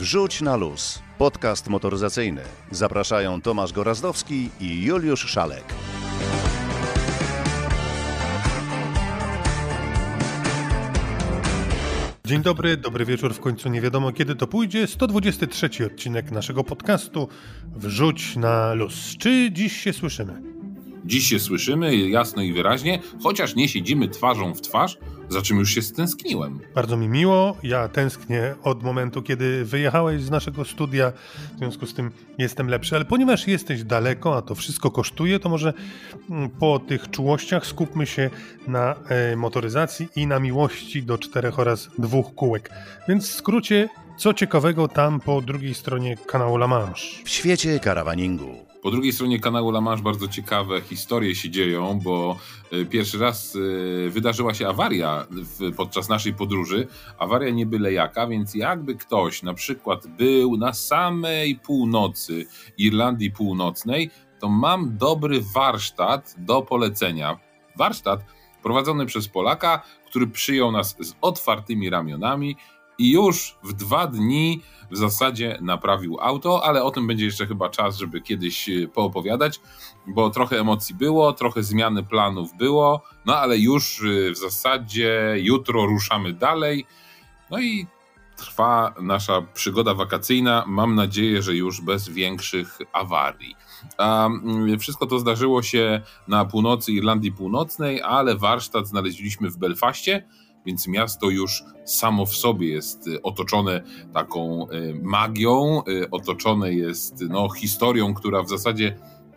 Wrzuć na luz. Podcast motoryzacyjny. Zapraszają Tomasz Gorazdowski i Juliusz Szalek. Dzień dobry, dobry wieczór, w końcu nie wiadomo kiedy to pójdzie. 123 odcinek naszego podcastu Wrzuć na luz. Czy dziś się słyszymy? Dziś się słyszymy jasno i wyraźnie, chociaż nie siedzimy twarzą w twarz, za czym już się stęskniłem. Bardzo mi miło, ja tęsknię od momentu, kiedy wyjechałeś z naszego studia, w związku z tym jestem lepszy, ale ponieważ jesteś daleko, a to wszystko kosztuje, to może po tych czułościach skupmy się na motoryzacji i na miłości do 4 oraz 2 kółek. Więc w skrócie, co ciekawego tam po drugiej stronie kanału La Manche? W świecie karawaningu. Po drugiej stronie kanału La Manche bardzo ciekawe historie się dzieją, bo pierwszy raz wydarzyła się awaria podczas naszej podróży. Awaria nie byle jaka, więc jakby ktoś na przykład był na samej północy Irlandii Północnej, to mam dobry warsztat do polecenia. Warsztat prowadzony przez Polaka, który przyjął nas z otwartymi ramionami i już w 2 dni w zasadzie naprawił auto, ale o tym będzie jeszcze chyba czas, żeby kiedyś poopowiadać, bo trochę emocji było, trochę zmiany planów było, no ale już w zasadzie jutro ruszamy dalej, no i trwa nasza przygoda wakacyjna, mam nadzieję, że już bez większych awarii. Wszystko to zdarzyło się na północy Irlandii Północnej, ale warsztat znaleźliśmy w Belfaście, więc miasto już samo w sobie jest otoczone taką magią, otoczone jest historią, która w zasadzie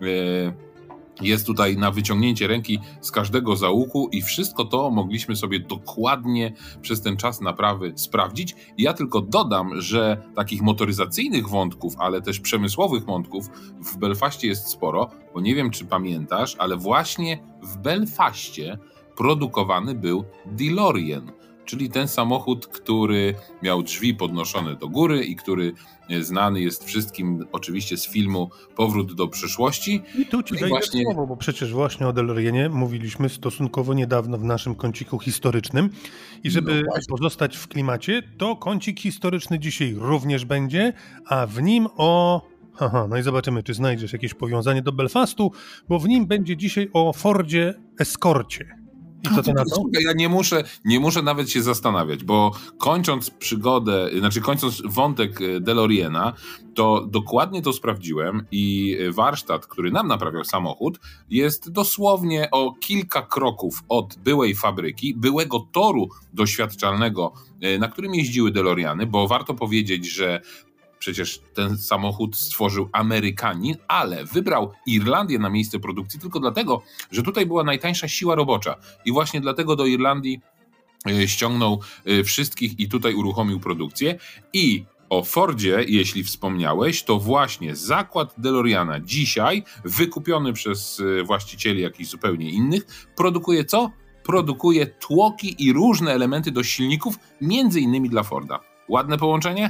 jest tutaj na wyciągnięcie ręki z każdego zaułku i wszystko to mogliśmy sobie dokładnie przez ten czas naprawy sprawdzić. I ja tylko dodam, że takich motoryzacyjnych wątków, ale też przemysłowych wątków w Belfaście jest sporo, bo nie wiem, czy pamiętasz, ale właśnie w Belfaście produkowany był DeLorean, czyli ten samochód, który miał drzwi podnoszone do góry i który znany jest wszystkim oczywiście z filmu Powrót do przyszłości. I tu ci dajdę słowo, bo przecież właśnie o DeLoreanie mówiliśmy stosunkowo niedawno w naszym kąciku historycznym i żeby pozostać w klimacie, to kącik historyczny dzisiaj również będzie, a w nim no i zobaczymy, czy znajdziesz jakieś powiązanie do Belfastu, bo w nim będzie dzisiaj o Fordzie Escorcie. I co ty na to? Ja nie muszę nawet się zastanawiać, bo kończąc wątek DeLoreana, to dokładnie to sprawdziłem i warsztat, który nam naprawiał samochód, jest dosłownie o kilka kroków od byłej fabryki, byłego toru doświadczalnego, na którym jeździły DeLoreany, bo warto powiedzieć, że przecież ten samochód stworzył Amerykanin, ale wybrał Irlandię na miejsce produkcji tylko dlatego, że tutaj była najtańsza siła robocza i właśnie dlatego do Irlandii ściągnął wszystkich i tutaj uruchomił produkcję. I o Fordzie, jeśli wspomniałeś, to właśnie zakład DeLoreana dzisiaj, wykupiony przez właścicieli jakichś zupełnie innych, produkuje co? Produkuje tłoki i różne elementy do silników, między innymi dla Forda. Ładne połączenie?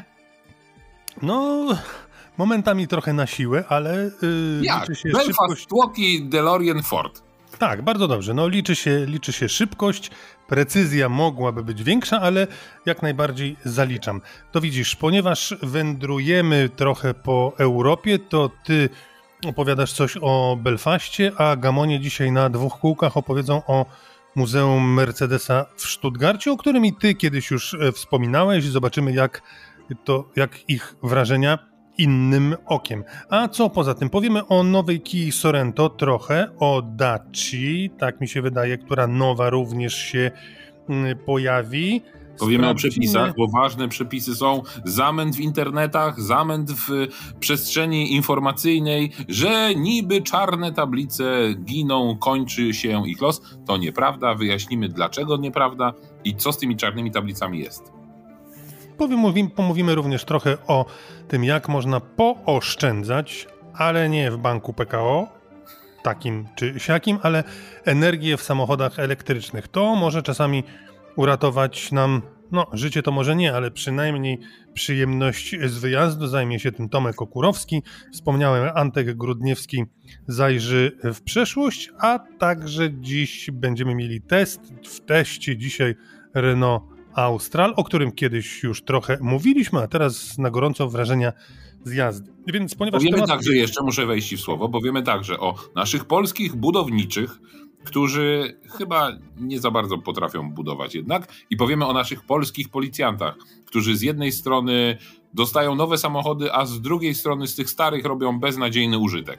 No, momentami trochę na siłę, ale liczy się Belfast, szybkość. Tłoki, DeLorean, Ford. Tak, bardzo dobrze. No, liczy się szybkość, precyzja mogłaby być większa, ale jak najbardziej zaliczam. To widzisz, ponieważ wędrujemy trochę po Europie, to ty opowiadasz coś o Belfaście, a Gamonie dzisiaj na 2 kółkach opowiedzą o Muzeum Mercedesa w Stuttgarcie, o którym i ty kiedyś już wspominałeś. Zobaczymy, jak ich wrażenia innym okiem. A co poza tym? Powiemy o nowej Kii Sorento trochę, o Daci, tak mi się wydaje, która nowa również się pojawi. Powiemy o przepisach, bo ważne przepisy są. Zamęt w internetach, zamęt w przestrzeni informacyjnej, że niby czarne tablice giną, kończy się ich los. To nieprawda, wyjaśnimy dlaczego nieprawda i co z tymi czarnymi tablicami jest. Pomówimy również trochę o tym, jak można pooszczędzać, ale nie w banku PKO, takim czy siakim, ale energię w samochodach elektrycznych. To może czasami uratować nam, życie to może nie, ale przynajmniej przyjemność z wyjazdu. Zajmie się tym Tomek Okurowski. Wspomniałem, Antek Grudniewski zajrzy w przeszłość, a także dziś będziemy mieli test. W teście dzisiaj Renault Austral, o którym kiedyś już trochę mówiliśmy, a teraz na gorąco wrażenia z jazdy. Więc ponieważ Powiemy także, jeszcze muszę wejść ci w słowo, powiemy także o naszych polskich budowniczych, którzy chyba nie za bardzo potrafią budować jednak, i powiemy o naszych polskich policjantach, którzy z jednej strony dostają nowe samochody, a z drugiej strony z tych starych robią beznadziejny użytek.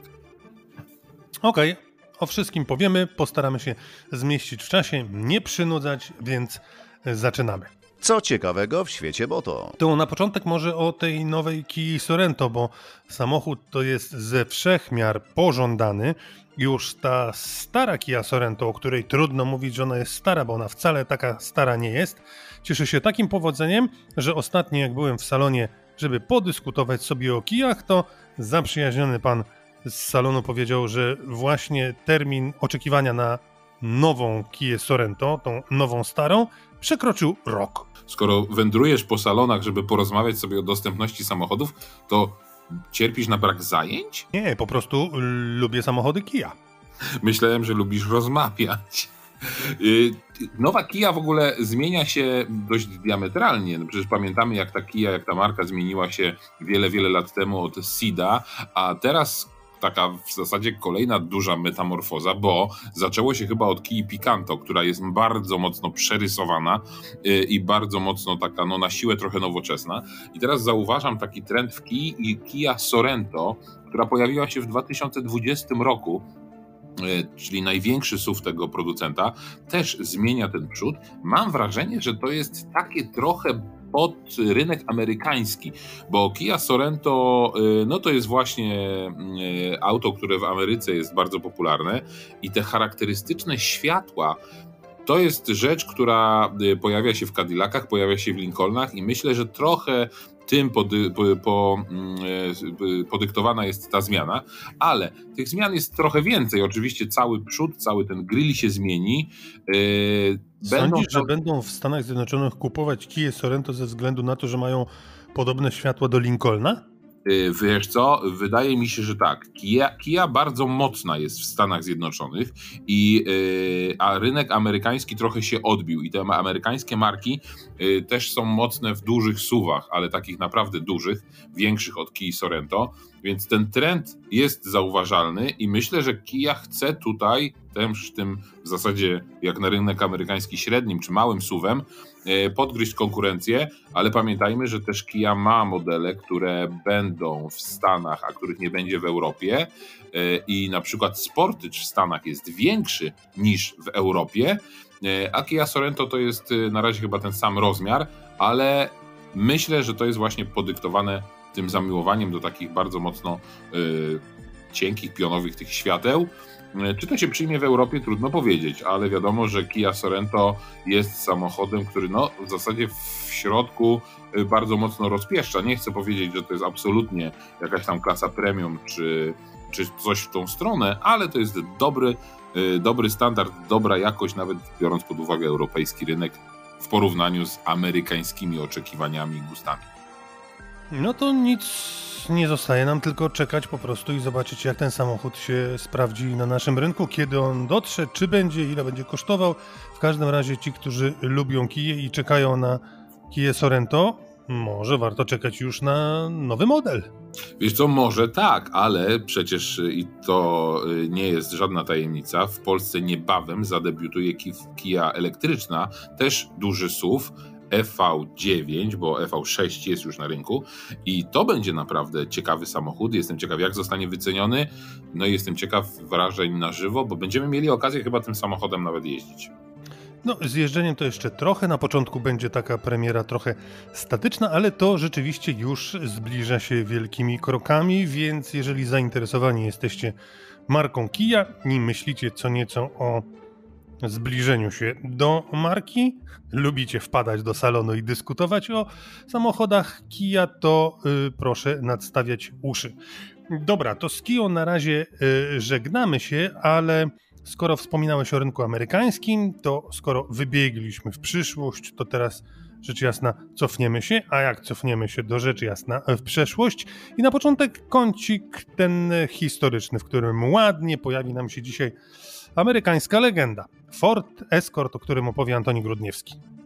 Okej, o wszystkim powiemy, postaramy się zmieścić w czasie, nie przynudzać, więc zaczynamy. Co ciekawego w świecie moto? To na początek może o tej nowej Kii Sorento, bo samochód to jest ze wszech miar pożądany. Już ta stara Kia Sorento, o której trudno mówić, że ona jest stara, bo ona wcale taka stara nie jest, cieszy się takim powodzeniem, że ostatnio jak byłem w salonie, żeby podyskutować sobie o kijach, to zaprzyjaźniony pan z salonu powiedział, że właśnie termin oczekiwania na nową Kię Sorento, tą nową starą, przekroczył rok. Skoro wędrujesz po salonach, żeby porozmawiać sobie o dostępności samochodów, to cierpisz na brak zajęć? Nie, po prostu lubię samochody Kia. Myślałem, że lubisz rozmawiać. Nowa Kia w ogóle zmienia się dość diametralnie. No przecież pamiętamy, jak ta Kia, jak ta marka zmieniła się wiele, wiele lat temu od Ceeda, a teraz taka w zasadzie kolejna duża metamorfoza, bo zaczęło się chyba od Kii Picanto, która jest bardzo mocno przerysowana i bardzo mocno taka na siłę trochę nowoczesna. I teraz zauważam taki trend w Kii i Kia Sorento, która pojawiła się w 2020 roku, czyli największy SUV tego producenta, też zmienia ten przód. Mam wrażenie, że to jest takie trochę pod rynek amerykański, bo Kia Sorento no to jest właśnie auto, które w Ameryce jest bardzo popularne i te charakterystyczne światła to jest rzecz, która pojawia się w Cadillacach, pojawia się w Lincolnach i myślę, że trochę tym podyktowana jest ta zmiana, ale tych zmian jest trochę więcej. Oczywiście cały przód, cały ten grill się zmieni. Sądzisz, że będą w Stanach Zjednoczonych kupować Kię Sorento ze względu na to, że mają podobne światła do Lincolna? Wiesz co, wydaje mi się, że tak. Kia bardzo mocna jest w Stanach Zjednoczonych, a rynek amerykański trochę się odbił i te amerykańskie marki też są mocne w dużych SUV-ach, ale takich naprawdę dużych, większych od Kii Sorento, więc ten trend jest zauważalny i myślę, że Kia chce tutaj też tym w zasadzie jak na rynek amerykański średnim czy małym SUV-em podgryźć konkurencję, ale pamiętajmy, że też Kia ma modele, które będą w Stanach, a których nie będzie w Europie i na przykład Sportage w Stanach jest większy niż w Europie, a Kia Sorento to jest na razie chyba ten sam rozmiar, ale myślę, że to jest właśnie podyktowane tym zamiłowaniem do takich bardzo mocno cienkich, pionowych tych świateł. Czy to się przyjmie w Europie? Trudno powiedzieć, ale wiadomo, że Kia Sorento jest samochodem, który w zasadzie w środku bardzo mocno rozpieszcza. Nie chcę powiedzieć, że to jest absolutnie jakaś tam klasa premium, czy coś w tą stronę, ale to jest dobry standard, dobra jakość, nawet biorąc pod uwagę europejski rynek w porównaniu z amerykańskimi oczekiwaniami i gustami. No to nic nie zostaje nam tylko czekać po prostu i zobaczyć, jak ten samochód się sprawdzi na naszym rynku, kiedy on dotrze, czy będzie, ile będzie kosztował. W każdym razie ci, którzy lubią Kiję i czekają na Kię Sorento, może warto czekać już na nowy model. Wiesz co, może tak, ale przecież i to nie jest żadna tajemnica, w Polsce niebawem zadebiutuje Kia elektryczna, też duży SUV, EV9, bo EV6 jest już na rynku i to będzie naprawdę ciekawy samochód. Jestem ciekaw, jak zostanie wyceniony, no i jestem ciekaw wrażeń na żywo, bo będziemy mieli okazję chyba tym samochodem nawet jeździć. No, z jeżdżeniem to jeszcze trochę, na początku będzie taka premiera trochę statyczna, ale to rzeczywiście już zbliża się wielkimi krokami, więc jeżeli zainteresowani jesteście marką Kia i myślicie co nieco o zbliżeniu się do marki, lubicie wpadać do salonu i dyskutować o samochodach Kia, to proszę nadstawiać uszy. Dobra, to z Kią na razie żegnamy się, ale skoro wspominałeś o rynku amerykańskim, to skoro wybiegliśmy w przyszłość, to teraz rzecz jasna cofniemy się, a jak cofniemy się do rzecz jasna w przeszłość i na początek kącik ten historyczny, w którym ładnie pojawi nam się dzisiaj amerykańska legenda. Ford Escort, o którym opowie Antoni Grudniewski.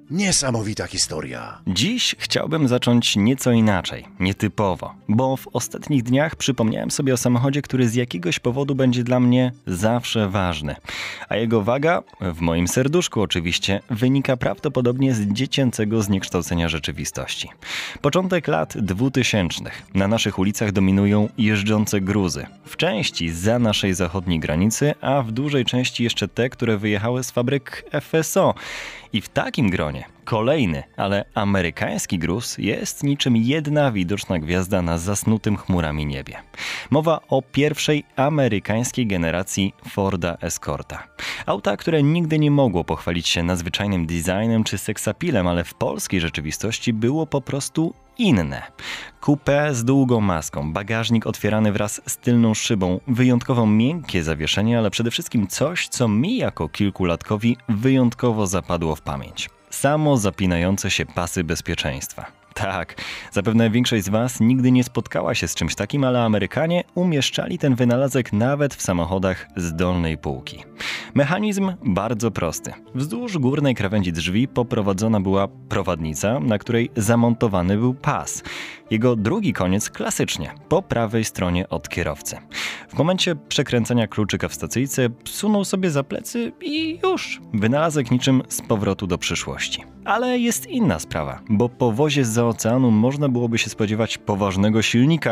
Niesamowita historia. Dziś chciałbym zacząć nieco inaczej, nietypowo, bo w ostatnich dniach przypomniałem sobie o samochodzie, który z jakiegoś powodu będzie dla mnie zawsze ważny. A jego waga, w moim serduszku oczywiście, wynika prawdopodobnie z dziecięcego zniekształcenia rzeczywistości. Początek lat 2000. Na naszych ulicach dominują jeżdżące gruzy. W części zza naszej zachodniej granicy, a w dużej części jeszcze te, które wyjechały z fabryk FSO. I w takim gronie kolejny, ale amerykański gruz jest niczym jedna widoczna gwiazda na zasnutym chmurami niebie. Mowa o pierwszej amerykańskiej generacji Forda Escorta. Auta, które nigdy nie mogło pochwalić się nadzwyczajnym designem czy seksapilem, ale w polskiej rzeczywistości było po prostu inne. Coupé z długą maską, bagażnik otwierany wraz z tylną szybą, wyjątkowo miękkie zawieszenie, ale przede wszystkim coś, co mi jako kilkulatkowi wyjątkowo zapadło w pamięć. Samo zapinające się pasy bezpieczeństwa. Tak, zapewne większość z Was nigdy nie spotkała się z czymś takim, ale Amerykanie umieszczali ten wynalazek nawet w samochodach z dolnej półki. Mechanizm bardzo prosty. Wzdłuż górnej krawędzi drzwi poprowadzona była prowadnica, na której zamontowany był pas. Jego drugi koniec klasycznie, po prawej stronie od kierowcy. W momencie przekręcania kluczyka w stacyjce sunął sobie za plecy i już. Wynalazek niczym z powrotu do przyszłości. Ale jest inna sprawa, bo po wozie zza oceanu można byłoby się spodziewać poważnego silnika,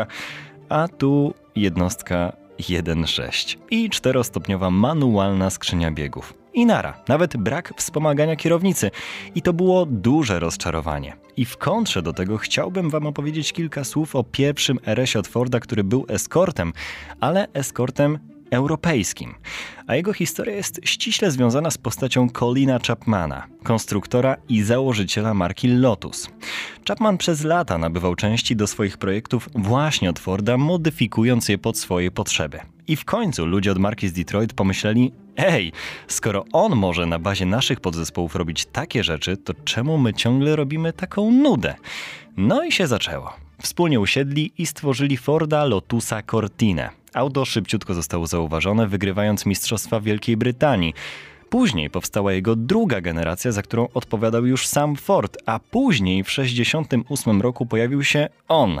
a tu jednostka 1.6 i 4-stopniowa manualna skrzynia biegów. I nara, nawet brak wspomagania kierownicy. I to było duże rozczarowanie. I w kontrze do tego chciałbym Wam opowiedzieć kilka słów o pierwszym RS-ie od Forda, który był Escortem, ale Escortem europejskim. A jego historia jest ściśle związana z postacią Colina Chapmana, konstruktora i założyciela marki Lotus. Chapman przez lata nabywał części do swoich projektów właśnie od Forda, modyfikując je pod swoje potrzeby. I w końcu ludzie od marki z Detroit pomyśleli: ej, skoro on może na bazie naszych podzespołów robić takie rzeczy, to czemu my ciągle robimy taką nudę? No i się zaczęło. Wspólnie usiedli i stworzyli Forda Lotusa Cortinę. Auto szybciutko zostało zauważone, wygrywając Mistrzostwa Wielkiej Brytanii. Później powstała jego druga generacja, za którą odpowiadał już sam Ford, a później w 1968 roku pojawił się on,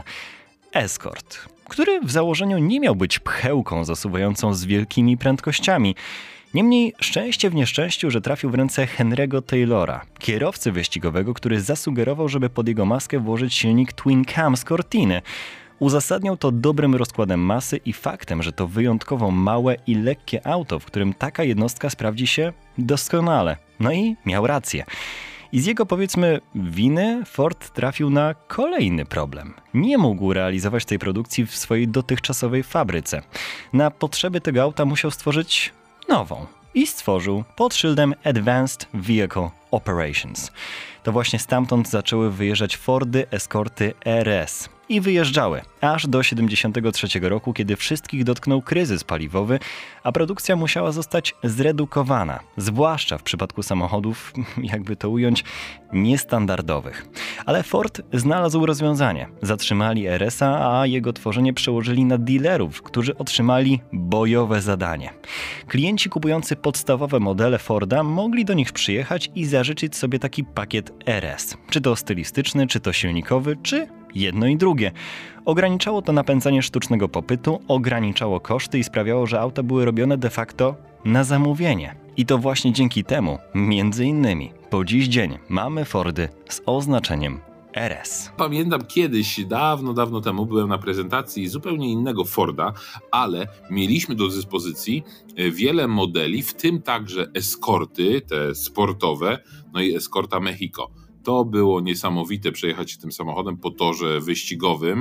Escort, który w założeniu nie miał być pchełką zasuwającą z wielkimi prędkościami. Niemniej szczęście w nieszczęściu, że trafił w ręce Henry'ego Taylora, kierowcy wyścigowego, który zasugerował, żeby pod jego maskę włożyć silnik Twin Cam z Cortiny. Uzasadniał to dobrym rozkładem masy i faktem, że to wyjątkowo małe i lekkie auto, w którym taka jednostka sprawdzi się doskonale. No i miał rację. I z jego, powiedzmy, winy Ford trafił na kolejny problem. Nie mógł realizować tej produkcji w swojej dotychczasowej fabryce. Na potrzeby tego auta musiał stworzyć nową. I stworzył pod szyldem Advanced Vehicle Operations. To właśnie stamtąd zaczęły wyjeżdżać Fordy Escorty RS. I wyjeżdżały, aż do 1973 roku, kiedy wszystkich dotknął kryzys paliwowy, a produkcja musiała zostać zredukowana, zwłaszcza w przypadku samochodów, jakby to ująć, niestandardowych. Ale Ford znalazł rozwiązanie. Zatrzymali RS-a, a jego tworzenie przełożyli na dealerów, którzy otrzymali bojowe zadanie. Klienci kupujący podstawowe modele Forda mogli do nich przyjechać i zażyczyć sobie taki pakiet RS. Czy to stylistyczny, czy to silnikowy, czy jedno i drugie. Ograniczało to napędzanie sztucznego popytu, ograniczało koszty i sprawiało, że auta były robione de facto na zamówienie. I to właśnie dzięki temu, między innymi, po dziś dzień mamy Fordy z oznaczeniem RS. Pamiętam kiedyś, dawno temu byłem na prezentacji zupełnie innego Forda, ale mieliśmy do dyspozycji wiele modeli, w tym także Escorty, te sportowe, no i Escorta Mexico. To było niesamowite przejechać się tym samochodem po torze wyścigowym.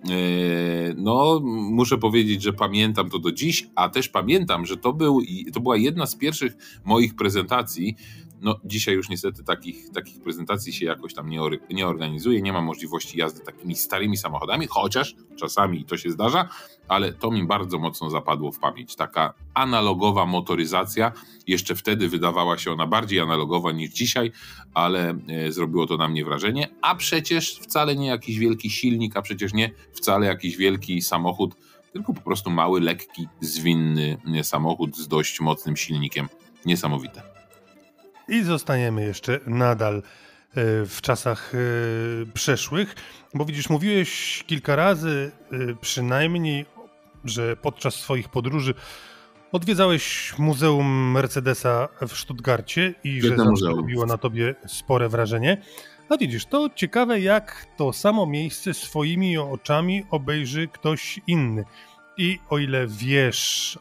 No, muszę powiedzieć, że pamiętam to do dziś, a też pamiętam, że to była jedna z pierwszych moich prezentacji. No, dzisiaj już niestety takich prezentacji się jakoś tam nie organizuje, nie ma możliwości jazdy takimi starymi samochodami, chociaż czasami to się zdarza, ale to mi bardzo mocno zapadło w pamięć. Taka analogowa motoryzacja, jeszcze wtedy wydawała się ona bardziej analogowa niż dzisiaj, ale zrobiło to na mnie wrażenie, a przecież wcale nie jakiś wielki silnik, a przecież nie wcale jakiś wielki samochód, tylko po prostu mały, lekki, zwinny samochód z dość mocnym silnikiem. Niesamowite. I zostaniemy jeszcze nadal w czasach przeszłych, bo widzisz, mówiłeś kilka razy przynajmniej, że podczas swoich podróży odwiedzałeś Muzeum Mercedesa w Stuttgarcie i że zrobiło na tobie spore wrażenie. A widzisz, to ciekawe, jak to samo miejsce swoimi oczami obejrzy ktoś inny. I o ile wiesz,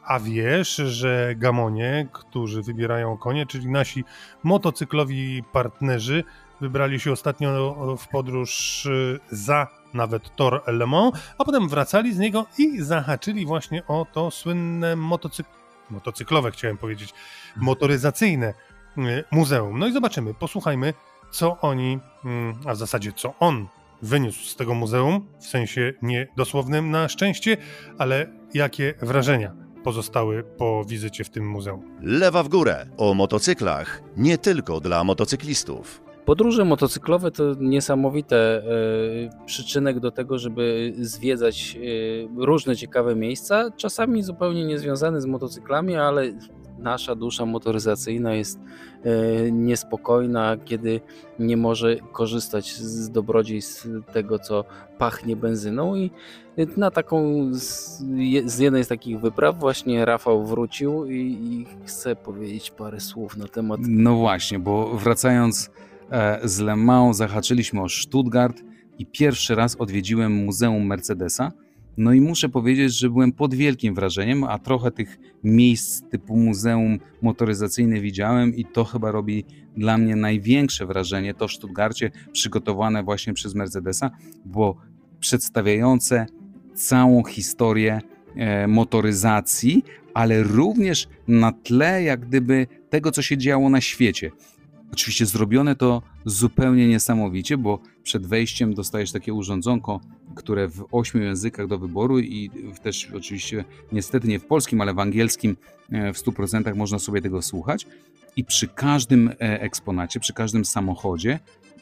że Gamonie, którzy wybierają konie, czyli nasi motocyklowi partnerzy, wybrali się ostatnio w podróż za nawet Tor Le Mans, a potem wracali z niego i zahaczyli właśnie o to słynne motocyklowe, chciałem powiedzieć, motoryzacyjne muzeum. No i zobaczymy, posłuchajmy, co oni, a w zasadzie co on wyniósł z tego muzeum, w sensie nie dosłownym na szczęście, ale jakie wrażenia pozostały po wizycie w tym muzeum. Lewa w górę o motocyklach, nie tylko dla motocyklistów. Podróże motocyklowe to niesamowite przyczynek do tego, żeby zwiedzać różne ciekawe miejsca, czasami zupełnie niezwiązane z motocyklami, ale nasza dusza motoryzacyjna jest niespokojna, kiedy nie może korzystać z dobrodziejstw tego, co pachnie benzyną, i na taką z jednej z takich wypraw właśnie Rafał wrócił i chce powiedzieć parę słów na temat. No właśnie, bo wracając z Le Mans zahaczyliśmy o Stuttgart i pierwszy raz odwiedziłem Muzeum Mercedesa. No i muszę powiedzieć, że byłem pod wielkim wrażeniem, a trochę tych miejsc typu muzeum motoryzacyjne widziałem i to chyba robi dla mnie największe wrażenie, to w Stuttgarcie przygotowane właśnie przez Mercedesa, bo przedstawiające całą historię motoryzacji, ale również na tle jak gdyby tego, co się działo na świecie. Oczywiście zrobione to zupełnie niesamowicie, bo przed wejściem dostajesz takie urządzonko, które w 8 językach do wyboru i też oczywiście niestety nie w polskim, ale w angielskim w 100% można sobie tego słuchać. I przy każdym eksponacie, przy każdym samochodzie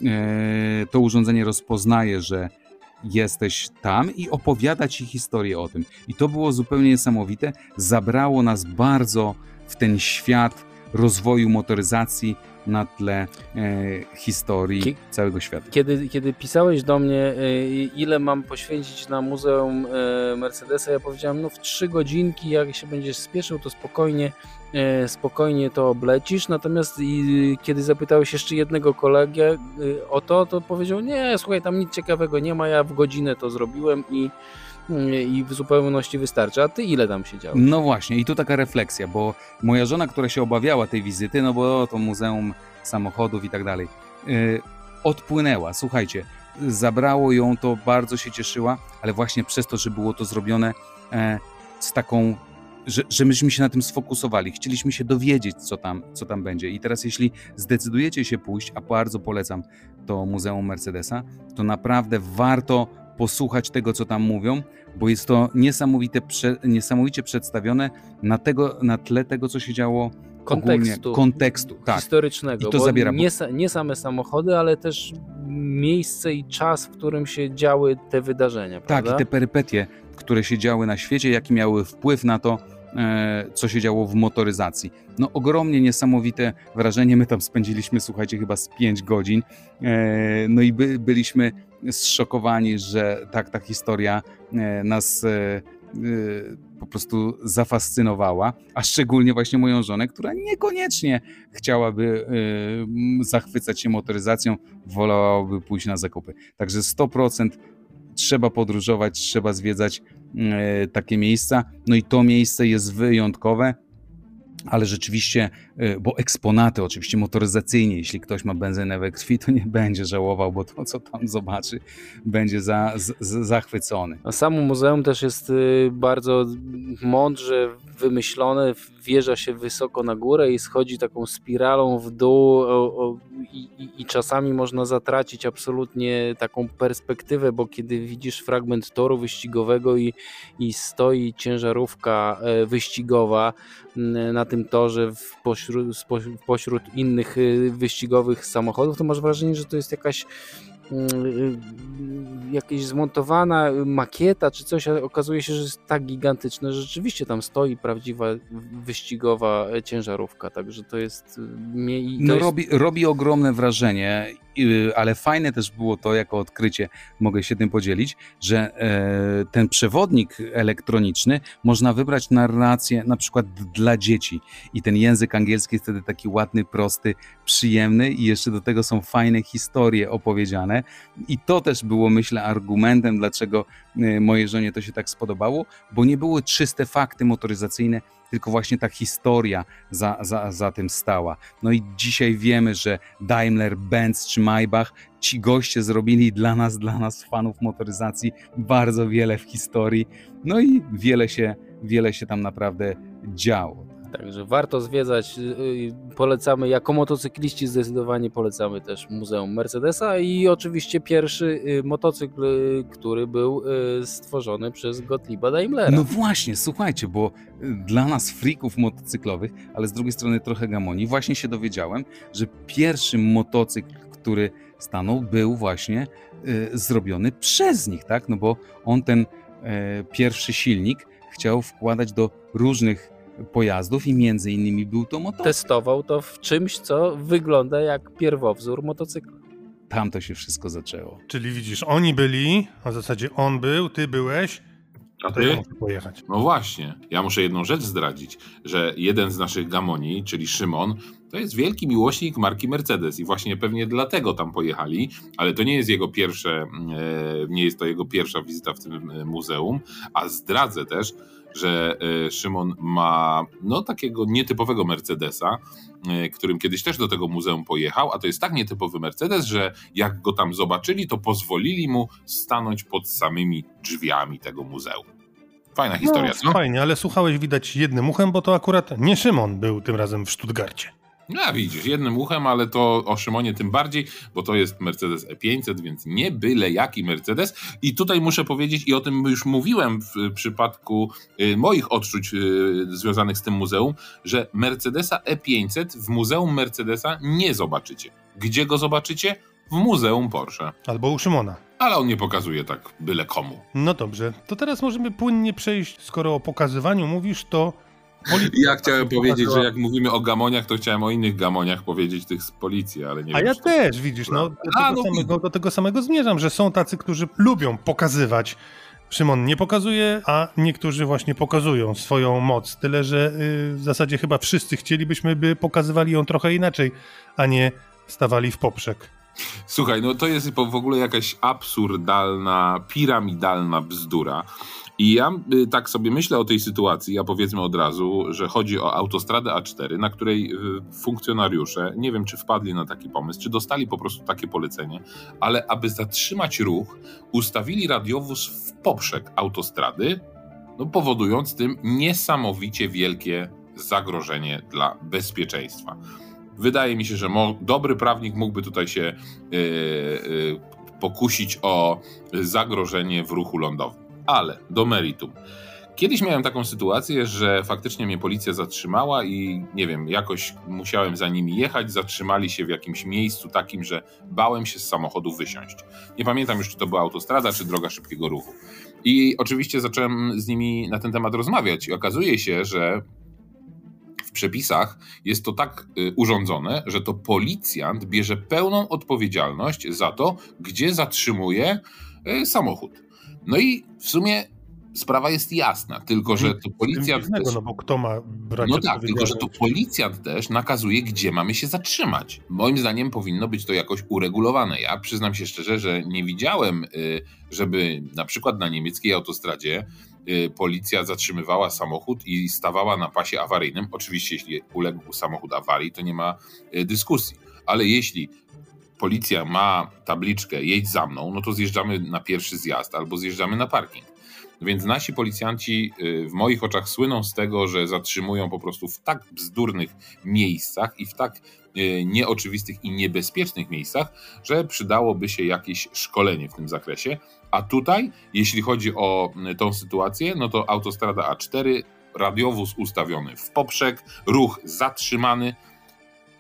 to urządzenie rozpoznaje, że jesteś tam i opowiada ci historię o tym. I to było zupełnie niesamowite. Zabrało nas bardzo w ten świat rozwoju motoryzacji na tle historii całego świata. Kiedy pisałeś do mnie, ile mam poświęcić na Muzeum Mercedesa, ja powiedziałem, no w 3 godzinki, jak się będziesz spieszył, to spokojnie to oblecisz. Natomiast kiedy zapytałeś jeszcze jednego kolegę o to powiedział, nie, słuchaj, tam nic ciekawego nie ma, ja w godzinę to zrobiłem i w zupełności wystarczy. A ty ile tam siedziałeś? No właśnie, i tu taka refleksja, bo moja żona, która się obawiała tej wizyty, no bo to muzeum samochodów i tak dalej, odpłynęła. Słuchajcie, zabrało ją to, bardzo się cieszyła, ale właśnie przez to, że było to zrobione z taką, że myśmy się na tym sfokusowali. Chcieliśmy się dowiedzieć, co tam będzie. I teraz jeśli zdecydujecie się pójść, a bardzo polecam to Muzeum Mercedesa, to naprawdę warto posłuchać tego, co tam mówią, bo jest to niesamowicie przedstawione na tle tego, co się działo kontekstu historycznego, i to bo zabiera nie same samochody, ale też miejsce i czas, w którym się działy te wydarzenia. Prawda? Tak, i te perypetie, które się działy na świecie, jaki miały wpływ na to, co się działo w motoryzacji. No ogromnie niesamowite wrażenie. My tam spędziliśmy, słuchajcie, chyba z 5 godzin. No i byliśmy zszokowani, że ta historia nas po prostu zafascynowała, a szczególnie właśnie moją żonę, która niekoniecznie chciałaby zachwycać się motoryzacją, wolałaby pójść na zakupy. Także 100% trzeba podróżować, trzeba zwiedzać takie miejsca. No i to miejsce jest wyjątkowe, ale rzeczywiście, bo eksponaty oczywiście motoryzacyjnie, jeśli ktoś ma benzynę we krwi, to nie będzie żałował, bo to, co tam zobaczy, będzie zachwycony. A samo muzeum też jest bardzo mądrze wymyślone, wjeżdża się wysoko na górę i schodzi taką spiralą w dół i czasami można zatracić absolutnie taką perspektywę, bo kiedy widzisz fragment toru wyścigowego i stoi ciężarówka wyścigowa na tym torze pośród innych wyścigowych samochodów, to masz wrażenie, że to jest jakaś zmontowana makieta czy coś, a okazuje się, że jest tak gigantyczne, że rzeczywiście tam stoi prawdziwa wyścigowa ciężarówka, także to jest... Robi ogromne wrażenie ale fajne też było to, jako odkrycie, mogę się tym podzielić, że ten przewodnik elektroniczny można wybrać narrację na przykład dla dzieci i ten język angielski jest wtedy taki ładny, prosty, przyjemny i jeszcze do tego są fajne historie opowiedziane i to też było, myślę, argumentem, dlaczego mojej żonie to się tak spodobało, bo nie były czyste fakty motoryzacyjne, tylko właśnie ta historia za tym stała. No i dzisiaj wiemy, że Daimler, Benz czy Maybach, ci goście zrobili dla nas fanów motoryzacji bardzo wiele w historii, no i wiele się tam naprawdę działo. Także warto zwiedzać, polecamy, jako motocykliści zdecydowanie polecamy też Muzeum Mercedesa i oczywiście pierwszy motocykl, który był stworzony przez Gottlieba Daimlera. No właśnie, słuchajcie, bo dla nas freaków motocyklowych, ale z drugiej strony trochę gamoni, właśnie się dowiedziałem, że pierwszy motocykl, który stanął, był właśnie zrobiony przez nich, tak? No bo on ten pierwszy silnik chciał wkładać do różnych pojazdów i między innymi był to motocykl. Testował to w czymś, co wygląda jak pierwowzór motocykla. Tam to się wszystko zaczęło. Czyli widzisz, oni byli, a w zasadzie on był, ty byłeś, A to ja ty? muszę pojechać. No właśnie, ja muszę jedną rzecz zdradzić, że jeden z naszych gamoni, czyli Szymon, to jest wielki miłośnik marki Mercedes i właśnie pewnie dlatego tam pojechali, ale to nie jest jego pierwsza wizyta w tym muzeum, a zdradzę też, że Szymon ma takiego nietypowego Mercedesa, którym kiedyś też do tego muzeum pojechał, a to jest tak nietypowy Mercedes, że jak go tam zobaczyli, to pozwolili mu stanąć pod samymi drzwiami tego muzeum. Fajna historia, co? Fajnie, ale słuchałeś widać jednym uchem, bo to akurat nie Szymon był tym razem w Stuttgarcie. No widzisz, jednym uchem, ale to o Szymonie tym bardziej, bo to jest Mercedes E500, więc nie byle jaki Mercedes. I tutaj muszę powiedzieć, i o tym już mówiłem w przypadku moich odczuć związanych z tym muzeum, że Mercedesa E500 w Muzeum Mercedesa nie zobaczycie. Gdzie go zobaczycie? W Muzeum Porsche. Albo u Szymona. Ale on nie pokazuje tak byle komu. No dobrze, to teraz możemy płynnie przejść, skoro o pokazywaniu mówisz, to... Ja chciałem powiedzieć, że jak mówimy o gamoniach, to chciałem o innych gamoniach powiedzieć, tych z policji, ale nie A wiem. ja czy to- też, widzisz, do tego samego zmierzam, że są tacy, którzy lubią pokazywać. Szymon nie pokazuje, a niektórzy właśnie pokazują swoją moc. Tyle, że w zasadzie chyba wszyscy chcielibyśmy, by pokazywali ją trochę inaczej, a nie stawali w poprzek. Słuchaj, to jest w ogóle jakaś absurdalna, piramidalna bzdura. I ja tak sobie myślę o tej sytuacji, a powiedzmy od razu, że chodzi o autostradę A4, na której funkcjonariusze, nie wiem czy wpadli na taki pomysł, czy dostali po prostu takie polecenie, ale aby zatrzymać ruch, ustawili radiowóz w poprzek autostrady, powodując tym niesamowicie wielkie zagrożenie dla bezpieczeństwa. Wydaje mi się, że dobry prawnik mógłby tutaj się pokusić o zagrożenie w ruchu lądowym. Ale do meritum. Kiedyś miałem taką sytuację, że faktycznie mnie policja zatrzymała i nie wiem, jakoś musiałem za nimi jechać, zatrzymali się w jakimś miejscu takim, że bałem się z samochodu wysiąść. Nie pamiętam już, czy to była autostrada, czy droga szybkiego ruchu. I oczywiście zacząłem z nimi na ten temat rozmawiać i okazuje się, że w przepisach jest to tak urządzone, że to policjant bierze pełną odpowiedzialność za to, gdzie zatrzymuje samochód. No i w sumie sprawa jest jasna, tylko że to policjant też... bo kto ma brać tylko że to policjant też nakazuje, gdzie mamy się zatrzymać. Moim zdaniem powinno być to jakoś uregulowane. Ja przyznam się szczerze, że nie widziałem, żeby na przykład na niemieckiej autostradzie policja zatrzymywała samochód i stawała na pasie awaryjnym. Oczywiście jeśli uległ samochód awarii, to nie ma dyskusji. Ale jeśli policja ma tabliczkę jedź za mną, to zjeżdżamy na pierwszy zjazd albo zjeżdżamy na parking. Więc nasi policjanci w moich oczach słyną z tego, że zatrzymują po prostu w tak bzdurnych miejscach i w tak nieoczywistych i niebezpiecznych miejscach, że przydałoby się jakieś szkolenie w tym zakresie. A tutaj, jeśli chodzi o tą sytuację, to autostrada A4, radiowóz ustawiony w poprzek, ruch zatrzymany.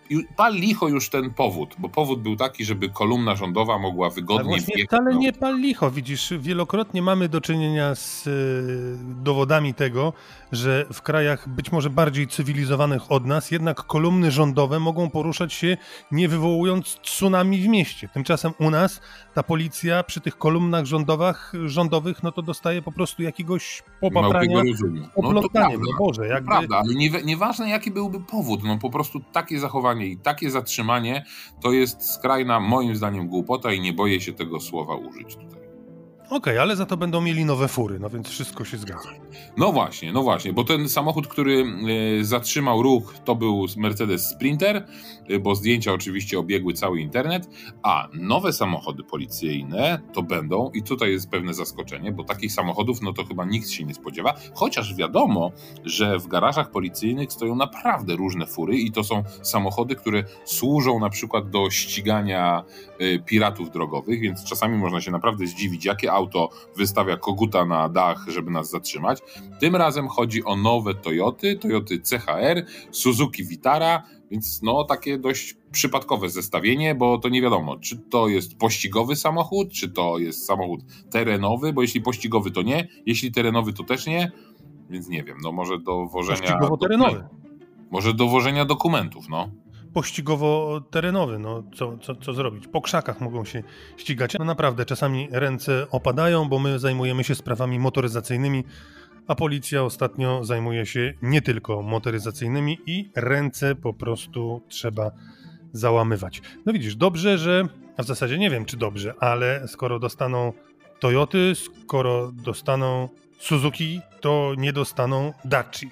pal licho już ten powód, bo powód był taki, żeby kolumna rządowa mogła wygodnie właśnie wjechać. wcale nie pal licho, widzisz, wielokrotnie mamy do czynienia z dowodami tego, że w krajach być może bardziej cywilizowanych od nas, jednak kolumny rządowe mogą poruszać się nie wywołując tsunami w mieście. Tymczasem u nas ta policja przy tych kolumnach rządowych no to dostaje po prostu jakiegoś popaprania, poplątania. No Boże, jakby... Prawda, ale nieważne jaki byłby powód, no po prostu takie zachowanie i takie zatrzymanie to jest skrajna, moim zdaniem, głupota i nie boję się tego słowa użyć tutaj. Okej, ale za to będą mieli nowe fury, no więc wszystko się zgadza. No właśnie, bo ten samochód, który zatrzymał ruch, to był Mercedes Sprinter, bo zdjęcia oczywiście obiegły cały internet, a nowe samochody policyjne to będą, i tutaj jest pewne zaskoczenie, bo takich samochodów no to chyba nikt się nie spodziewa, chociaż wiadomo, że w garażach policyjnych stoją naprawdę różne fury i to są samochody, które służą na przykład do ścigania piratów drogowych, więc czasami można się naprawdę zdziwić, jakie auto wystawia koguta na dach, żeby nas zatrzymać. Tym razem chodzi o nowe Toyoty CHR, Suzuki Vitara, więc no takie dość przypadkowe zestawienie, bo to nie wiadomo, czy to jest pościgowy samochód, czy to jest samochód terenowy, bo jeśli pościgowy to nie, jeśli terenowy to też nie, więc nie wiem, no może do wożenia... Pościgowo-terenowy. Może do wożenia dokumentów, no. Pościgowo-terenowy, no co zrobić? Po krzakach mogą się ścigać. No naprawdę, czasami ręce opadają, bo my zajmujemy się sprawami motoryzacyjnymi, a policja ostatnio zajmuje się nie tylko motoryzacyjnymi i ręce po prostu trzeba załamywać. No widzisz, dobrze, że, a w zasadzie nie wiem czy dobrze, ale skoro dostaną Toyoty, skoro dostaną Suzuki, to nie dostaną Daci.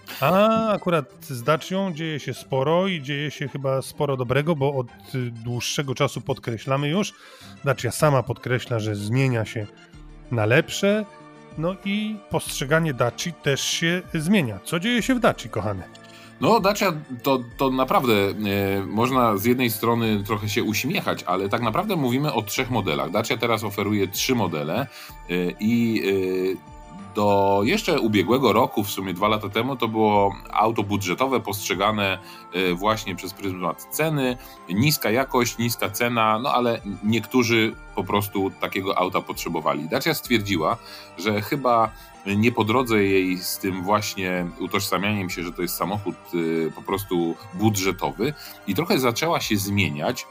A akurat z Dacią dzieje się sporo i dzieje się chyba sporo dobrego, bo od dłuższego czasu podkreślamy już, Dacia sama podkreśla, że zmienia się na lepsze, no i postrzeganie Daci też się zmienia. Co dzieje się w Daci, kochany? No Dacia to naprawdę można z jednej strony trochę się uśmiechać, ale tak naprawdę mówimy o 3 modelach. Dacia teraz oferuje 3 modele i do jeszcze ubiegłego roku, w sumie 2 lata temu, to było auto budżetowe postrzegane właśnie przez pryzmat ceny, niska jakość, niska cena, no ale niektórzy po prostu takiego auta potrzebowali. Dacia stwierdziła, że chyba nie po drodze jej z tym właśnie utożsamianiem się, że to jest samochód po prostu budżetowy i trochę zaczęła się zmieniać.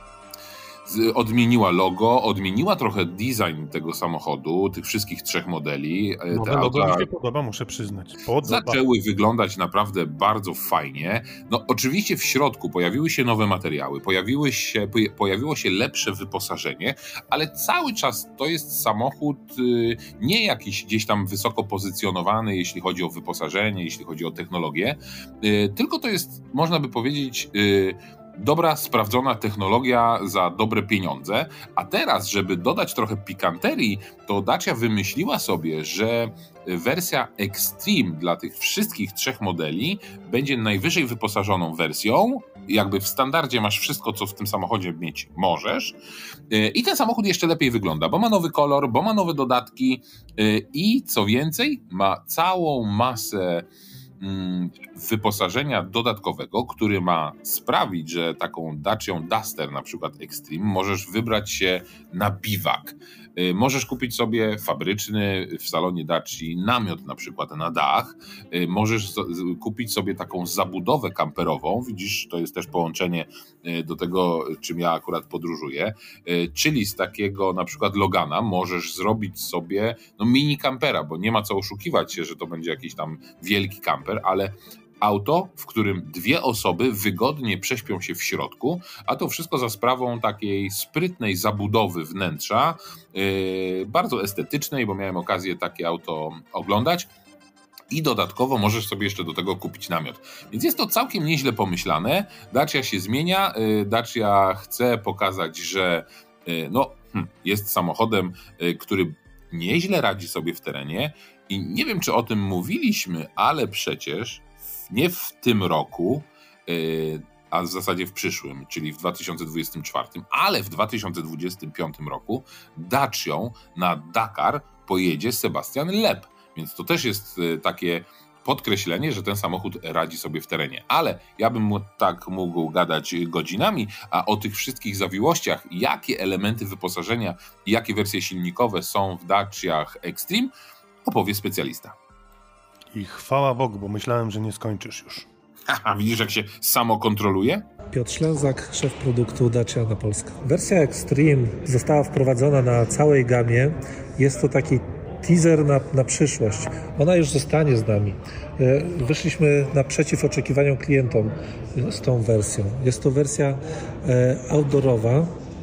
Odmieniła logo, odmieniła trochę design tego samochodu, tych wszystkich 3 modeli. Te logo mi się podoba, muszę przyznać. Zaczęły wyglądać naprawdę bardzo fajnie. No oczywiście w środku pojawiły się nowe materiały, pojawiło się lepsze wyposażenie, ale cały czas to jest samochód nie jakiś gdzieś tam wysoko pozycjonowany, jeśli chodzi o wyposażenie, jeśli chodzi o technologię, tylko to jest, można by powiedzieć, dobra, sprawdzona technologia za dobre pieniądze, a teraz, żeby dodać trochę pikanterii, to Dacia wymyśliła sobie, że wersja Extreme dla tych wszystkich 3 modeli będzie najwyżej wyposażoną wersją, jakby w standardzie masz wszystko, co w tym samochodzie mieć możesz i ten samochód jeszcze lepiej wygląda, bo ma nowy kolor, bo ma nowe dodatki i co więcej, ma całą masę wyposażenia dodatkowego, który ma sprawić, że taką Dacią Duster, na przykład Extreme, możesz wybrać się na biwak. Możesz kupić sobie fabryczny w salonie Daci namiot na przykład na dach. Możesz kupić sobie taką zabudowę kamperową. Widzisz, to jest też połączenie do tego, czym ja akurat podróżuję. Czyli z takiego na przykład Logana możesz zrobić sobie mini kampera, bo nie ma co oszukiwać się, że to będzie jakiś tam wielki kamper, ale auto, w którym 2 osoby wygodnie prześpią się w środku, a to wszystko za sprawą takiej sprytnej zabudowy wnętrza, bardzo estetycznej, bo miałem okazję takie auto oglądać. I dodatkowo możesz sobie jeszcze do tego kupić namiot. Więc jest to całkiem nieźle pomyślane. Dacia się zmienia, Dacia chce pokazać, że jest samochodem, który nieźle radzi sobie w terenie i nie wiem, czy o tym mówiliśmy, ale przecież nie w tym roku, a w zasadzie w przyszłym, czyli w 2024, ale w 2025 roku Dacią na Dakar pojedzie Sebastian Loeb. Więc to też jest takie podkreślenie, że ten samochód radzi sobie w terenie. Ale ja bym mógł gadać godzinami, a o tych wszystkich zawiłościach, jakie elementy wyposażenia i jakie wersje silnikowe są w Daciach Extreme, opowie specjalista. I chwała Bogu, bo myślałem, że nie skończysz już. A widzisz, jak się samo kontroluje? Piotr Ślęzak, szef produktu Dacia na Polskę. Wersja Extreme została wprowadzona na całej gamie. Jest to taki teaser na przyszłość. Ona już zostanie z nami. Wyszliśmy naprzeciw oczekiwaniom klientom z tą wersją. Jest to wersja outdoorowa,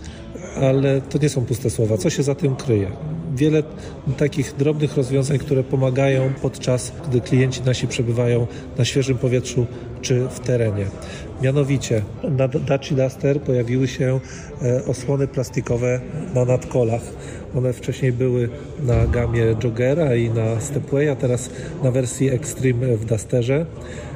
ale to nie są puste słowa. Co się za tym kryje? Wiele takich drobnych rozwiązań, które pomagają podczas gdy klienci nasi przebywają na świeżym powietrzu czy w terenie. Mianowicie na Dacia Duster pojawiły się osłony plastikowe na nadkolach. One wcześniej były na gamie Joggera i na Stepwaya, teraz na wersji Extreme w Dusterze.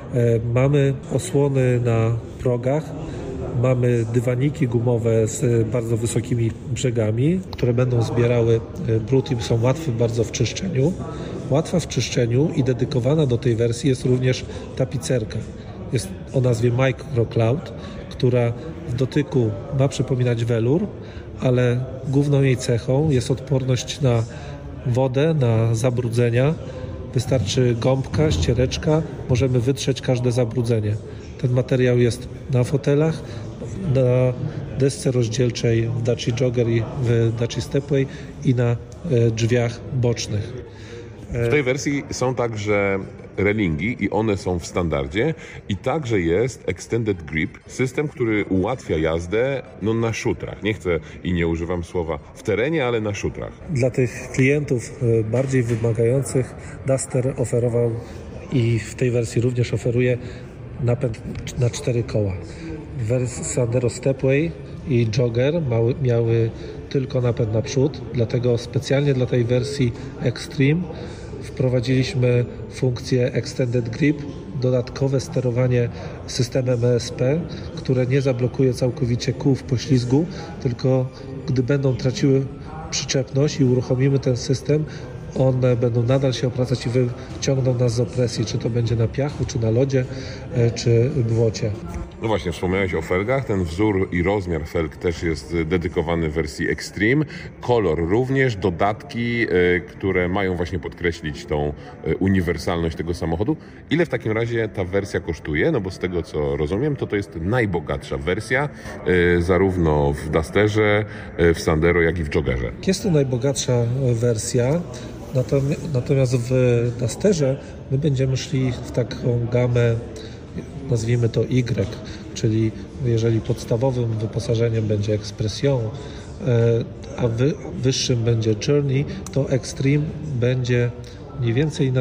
Mamy osłony na progach. Mamy dywaniki gumowe z bardzo wysokimi brzegami, które będą zbierały brud i są łatwe bardzo w czyszczeniu. Łatwa w czyszczeniu i dedykowana do tej wersji jest również tapicerka. Jest o nazwie Microcloud, która w dotyku ma przypominać welur, ale główną jej cechą jest odporność na wodę, na zabrudzenia. Wystarczy gąbka, ściereczka, możemy wytrzeć każde zabrudzenie. Ten materiał jest na fotelach, na desce rozdzielczej w Dacia Jogger i w Dacia Stepway i na drzwiach bocznych. W tej wersji są także relingi i one są w standardzie i także jest Extended Grip, system, który ułatwia jazdę na szutrach. Nie chcę i nie używam słowa w terenie, ale na szutrach. Dla tych klientów bardziej wymagających Duster oferował i w tej wersji również oferuje napęd na 4 koła. Sandero Stepway i Jogger miały tylko napęd na przód, dlatego specjalnie dla tej wersji Extreme wprowadziliśmy funkcję Extended Grip, dodatkowe sterowanie systemem ESP, które nie zablokuje całkowicie kół w poślizgu, tylko gdy będą traciły przyczepność i uruchomimy ten system, one będą nadal się opracać i wyciągną nas z opresji, czy to będzie na piachu, czy na lodzie, czy błocie. No właśnie, wspomniałeś o felgach. Ten wzór i rozmiar felg też jest dedykowany wersji Extreme. Kolor również, dodatki, które mają właśnie podkreślić tą uniwersalność tego samochodu. Ile w takim razie ta wersja kosztuje? No bo z tego co rozumiem, to jest najbogatsza wersja, zarówno w Dusterze, w Sandero, jak i w Joggerze. Jest to najbogatsza wersja. Natomiast w Dusterze my będziemy szli w taką gamę, nazwijmy to Y, czyli jeżeli podstawowym wyposażeniem będzie Expression, a wyższym będzie Journey, to Extreme będzie mniej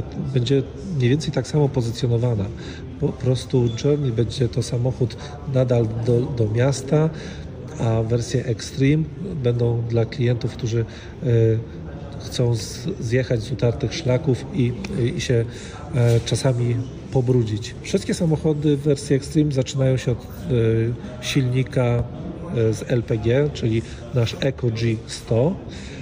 więcej tak samo pozycjonowana. Po prostu Journey będzie to samochód nadal do miasta, a wersje Extreme będą dla klientów, którzy chcą zjechać z utartych szlaków i się czasami pobrudzić. Wszystkie samochody w wersji Extreme zaczynają się od silnika z LPG, czyli nasz Eco G100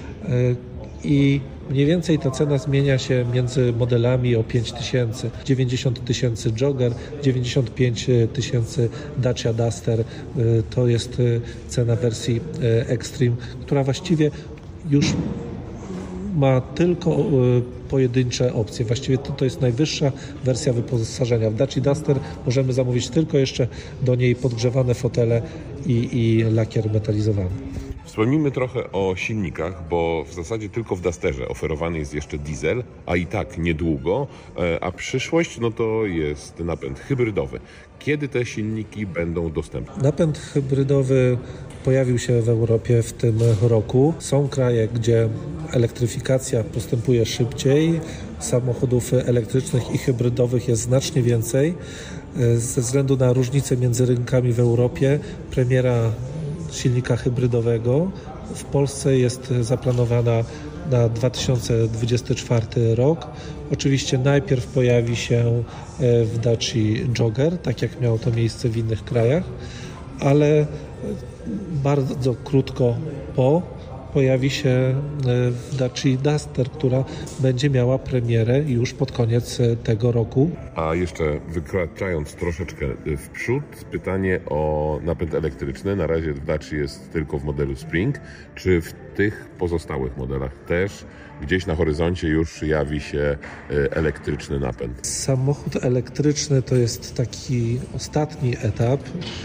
i mniej więcej ta cena zmienia się między modelami o 5000, 90 000 Jogger, 95 000 Dacia Duster. To jest cena wersji Extreme, która właściwie już ma tylko pojedyncze opcje. Właściwie to jest najwyższa wersja wyposażenia. W Dacia Duster możemy zamówić tylko jeszcze do niej podgrzewane fotele i lakier metalizowany. Wspomnijmy trochę o silnikach, bo w zasadzie tylko w Dusterze oferowany jest jeszcze diesel, a i tak niedługo, a przyszłość to jest napęd hybrydowy. Kiedy te silniki będą dostępne? Napęd hybrydowy pojawił się w Europie w tym roku. Są kraje, gdzie elektryfikacja postępuje szybciej. Samochodów elektrycznych i hybrydowych jest znacznie więcej. Ze względu na różnice między rynkami w Europie, premiera silnika hybrydowego w Polsce jest zaplanowana na 2024 rok. Oczywiście najpierw pojawi się w Dacia Jogger, tak jak miało to miejsce w innych krajach, ale bardzo krótko po pojawi się w Dacia Duster, która będzie miała premierę już pod koniec tego roku. A jeszcze wykraczając troszeczkę w przód, pytanie o napęd elektryczny. Na razie w Dacia jest tylko w modelu Spring. Czy w tych pozostałych modelach też gdzieś na horyzoncie już jawi się elektryczny napęd? Samochód elektryczny to jest taki ostatni etap.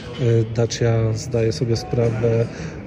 Dacia zdaje sobie sprawę,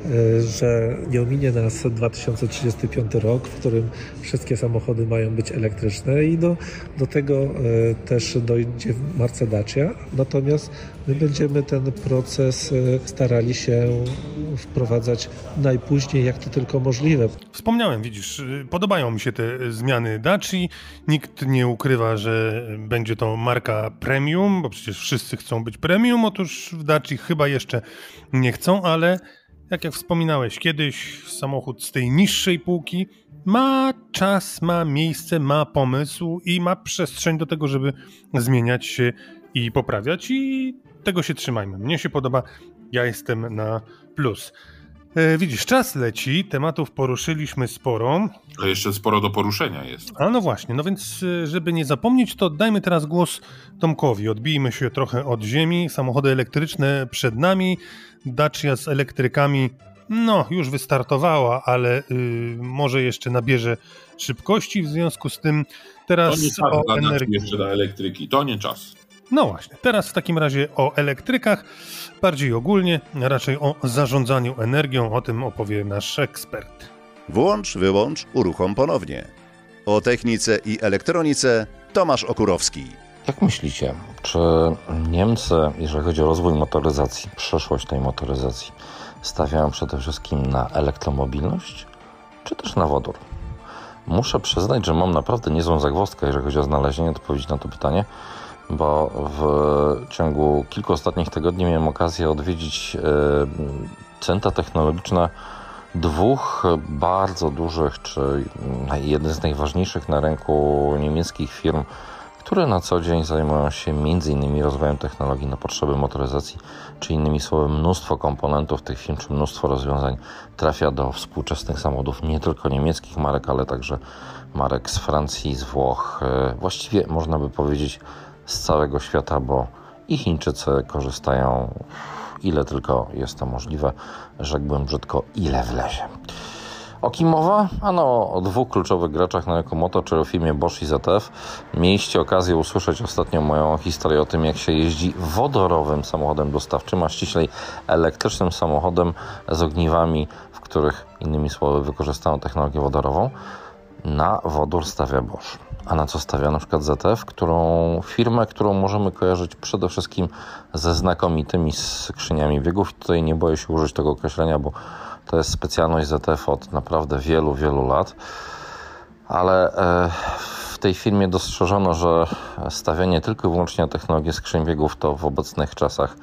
że nie ominie nas 2035 rok, w którym wszystkie samochody mają być elektryczne i do tego też dojdzie marca Dacia. Natomiast my będziemy ten proces starali się wprowadzać najpóźniej, jak to tylko możliwe. Wspomniałem, widzisz, podobają mi się te zmiany Daci. Nikt nie ukrywa, że będzie to marka premium, bo przecież wszyscy chcą być premium. Otóż w Daci chyba jeszcze nie chcą, ale jak wspominałeś kiedyś, samochód z tej niższej półki ma czas, ma miejsce, ma pomysł i ma przestrzeń do tego, żeby zmieniać się i poprawiać i tego się trzymajmy. Mnie się podoba, ja jestem na plus. Widzisz, czas leci, tematów poruszyliśmy sporo. A jeszcze sporo do poruszenia jest. A no właśnie, no więc żeby nie zapomnieć, to oddajmy teraz głos Tomkowi. Odbijmy się trochę od ziemi, samochody elektryczne przed nami, Dacia z elektrykami, no już wystartowała, ale może jeszcze nabierze szybkości, w związku z tym teraz to nie czas o energii. Jeszcze na elektryki, to nie czas. No właśnie, teraz w takim razie o elektrykach, bardziej ogólnie, raczej o zarządzaniu energią, o tym opowie nasz ekspert. Włącz, wyłącz, uruchom ponownie. O technice i elektronice Tomasz Okurowski. Jak myślicie, czy Niemcy, jeżeli chodzi o rozwój motoryzacji, przyszłość tej motoryzacji, stawiają przede wszystkim na elektromobilność, czy też na wodór? Muszę przyznać, że mam naprawdę niezłą zagwozdkę, jeżeli chodzi o znalezienie odpowiedzi na to pytanie, bo w ciągu kilku ostatnich tygodni miałem okazję odwiedzić centra technologiczne dwóch bardzo dużych, czy jeden z najważniejszych na rynku niemieckich firm, które na co dzień zajmują się m.in. rozwojem technologii na potrzeby motoryzacji, czy innymi słowy mnóstwo komponentów tych firm, czy mnóstwo rozwiązań trafia do współczesnych samochodów nie tylko niemieckich marek, ale także marek z Francji, z Włoch, właściwie można by powiedzieć z całego świata, bo i Chińczycy korzystają, ile tylko jest to możliwe, rzekłbym brzydko, ile wlezie. O kim mowa? Ano o dwóch kluczowych graczach na rynku moto, czyli o firmie Bosch i ZF. Mieliście okazję usłyszeć ostatnio moją historię o tym, jak się jeździ wodorowym samochodem dostawczym, a ściślej elektrycznym samochodem z ogniwami, w których innymi słowy wykorzystano technologię wodorową. Na wodór stawia Bosch. A na co stawia na przykład ZF, firmę, którą możemy kojarzyć przede wszystkim ze znakomitymi skrzyniami biegów. I tutaj nie boję się użyć tego określenia, bo to jest specjalność ZF od naprawdę wielu, wielu lat. Ale w tej firmie dostrzeżono, że stawianie tylko i wyłącznie na technologię skrzyń biegów to w obecnych czasach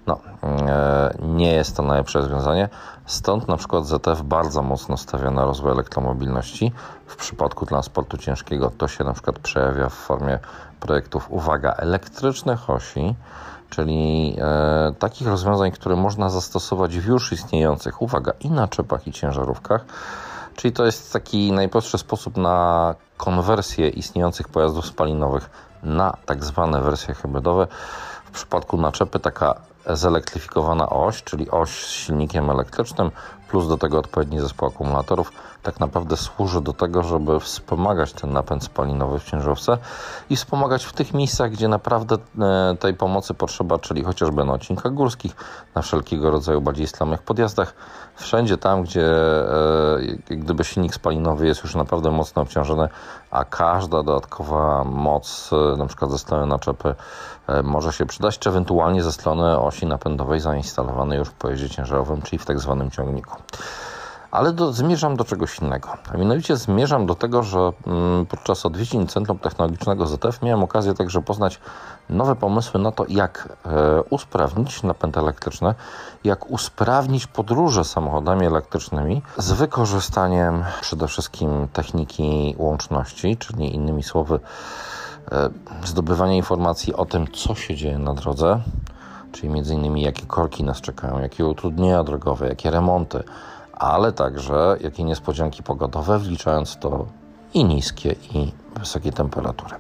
nie jest to najlepsze rozwiązanie. Stąd na przykład ZF bardzo mocno stawia na rozwój elektromobilności. W przypadku transportu ciężkiego to się na przykład przejawia w formie projektów, uwaga, elektrycznych osi, czyli takich rozwiązań, które można zastosować w już istniejących, uwaga, i naczepach, i ciężarówkach. Czyli to jest taki najprostszy sposób na konwersję istniejących pojazdów spalinowych na tak zwane wersje hybrydowe. W przypadku naczepy taka zelektryfikowana oś, czyli oś z silnikiem elektrycznym, plus do tego odpowiedni zespół akumulatorów, tak naprawdę służy do tego, żeby wspomagać ten napęd spalinowy w ciężarówce i wspomagać w tych miejscach, gdzie naprawdę tej pomocy potrzeba, czyli chociażby na odcinkach górskich, na wszelkiego rodzaju bardziej stromych podjazdach, wszędzie tam, gdzie gdyby silnik spalinowy jest już naprawdę mocno obciążony, a każda dodatkowa moc, na przykład ze strony naczepy, może się przydać, czy ewentualnie ze strony osi napędowej zainstalowanej już w pojeździe ciężarowym, czyli w tak zwanym ciągniku. Ale zmierzam do czegoś innego. A mianowicie zmierzam do tego, że podczas odwiedzin Centrum Technologicznego ZF miałem okazję także poznać nowe pomysły na to, jak usprawnić napęd elektryczny, jak usprawnić podróże samochodami elektrycznymi z wykorzystaniem przede wszystkim techniki łączności, czyli innymi słowy zdobywanie informacji o tym, co się dzieje na drodze, czyli m.in. jakie korki nas czekają, jakie utrudnienia drogowe, jakie remonty, ale także jakie niespodzianki pogodowe, wliczając w to i niskie, i wysokie temperatury.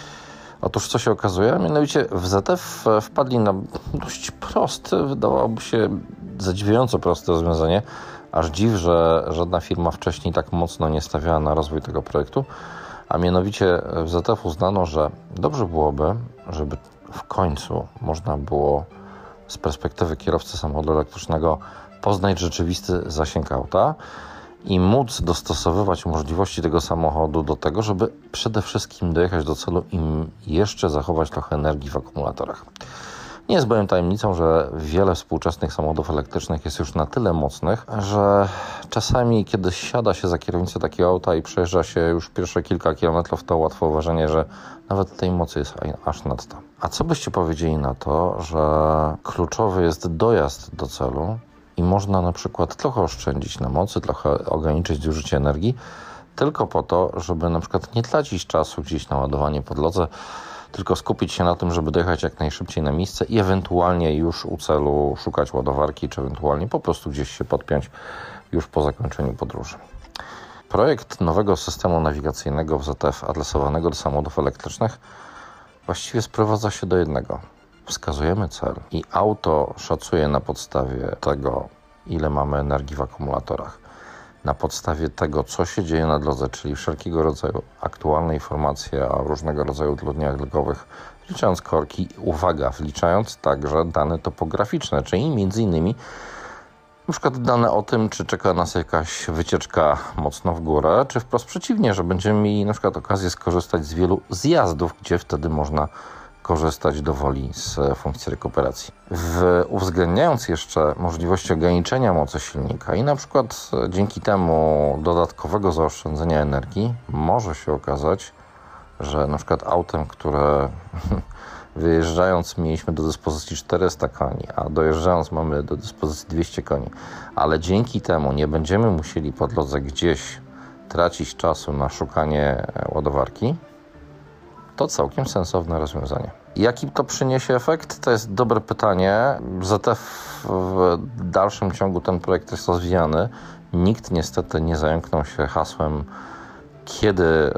Otóż co się okazuje? Mianowicie w ZF wpadli na dość proste, wydawałoby się zadziwiająco proste rozwiązanie. Aż dziw, że żadna firma wcześniej tak mocno nie stawiała na rozwój tego projektu. A mianowicie w ZF uznano, że dobrze byłoby, żeby w końcu można było z perspektywy kierowcy samochodu elektrycznego poznać rzeczywisty zasięg auta i móc dostosowywać możliwości tego samochodu do tego, żeby przede wszystkim dojechać do celu i jeszcze zachować trochę energii w akumulatorach. Nie jest bowiem tajemnicą, że wiele współczesnych samochodów elektrycznych jest już na tyle mocnych, że czasami, kiedy siada się za kierownicę takiego auta i przejeżdża się już pierwsze kilka kilometrów, to łatwo wrażenie, że nawet tej mocy jest aż nadto. A co byście powiedzieli na to, że kluczowy jest dojazd do celu i można na przykład trochę oszczędzić na mocy, trochę ograniczyć zużycie energii, tylko po to, żeby na przykład nie tracić czasu gdzieś na ładowanie po drodze, tylko skupić się na tym, żeby dojechać jak najszybciej na miejsce i ewentualnie już u celu szukać ładowarki, czy ewentualnie po prostu gdzieś się podpiąć już po zakończeniu podróży. Projekt nowego systemu nawigacyjnego w ZF adresowanego do samochodów elektrycznych właściwie sprowadza się do jednego. Wskazujemy cel i auto szacuje na podstawie tego, ile mamy energii w akumulatorach, na podstawie tego, co się dzieje na drodze, czyli wszelkiego rodzaju aktualne informacje o różnego rodzaju utrudnieniach drogowych, wliczając korki, uwaga, wliczając także dane topograficzne, czyli między innymi na przykład dane o tym, czy czeka nas jakaś wycieczka mocno w górę, czy wprost przeciwnie, że będziemy mieli na przykład okazję skorzystać z wielu zjazdów, gdzie wtedy można korzystać dowoli z funkcji rekuperacji. Uwzględniając jeszcze możliwość ograniczenia mocy silnika i na przykład dzięki temu dodatkowego zaoszczędzenia energii, może się okazać, że na przykład autem, które wyjeżdżając mieliśmy do dyspozycji 400 koni, a dojeżdżając mamy do dyspozycji 200 koni, ale dzięki temu nie będziemy musieli po drodze gdzieś tracić czasu na szukanie ładowarki, to całkiem sensowne rozwiązanie. Jaki to przyniesie efekt? To jest dobre pytanie. ZF w dalszym ciągu ten projekt jest rozwijany. Nikt niestety nie zająknął się hasłem, kiedy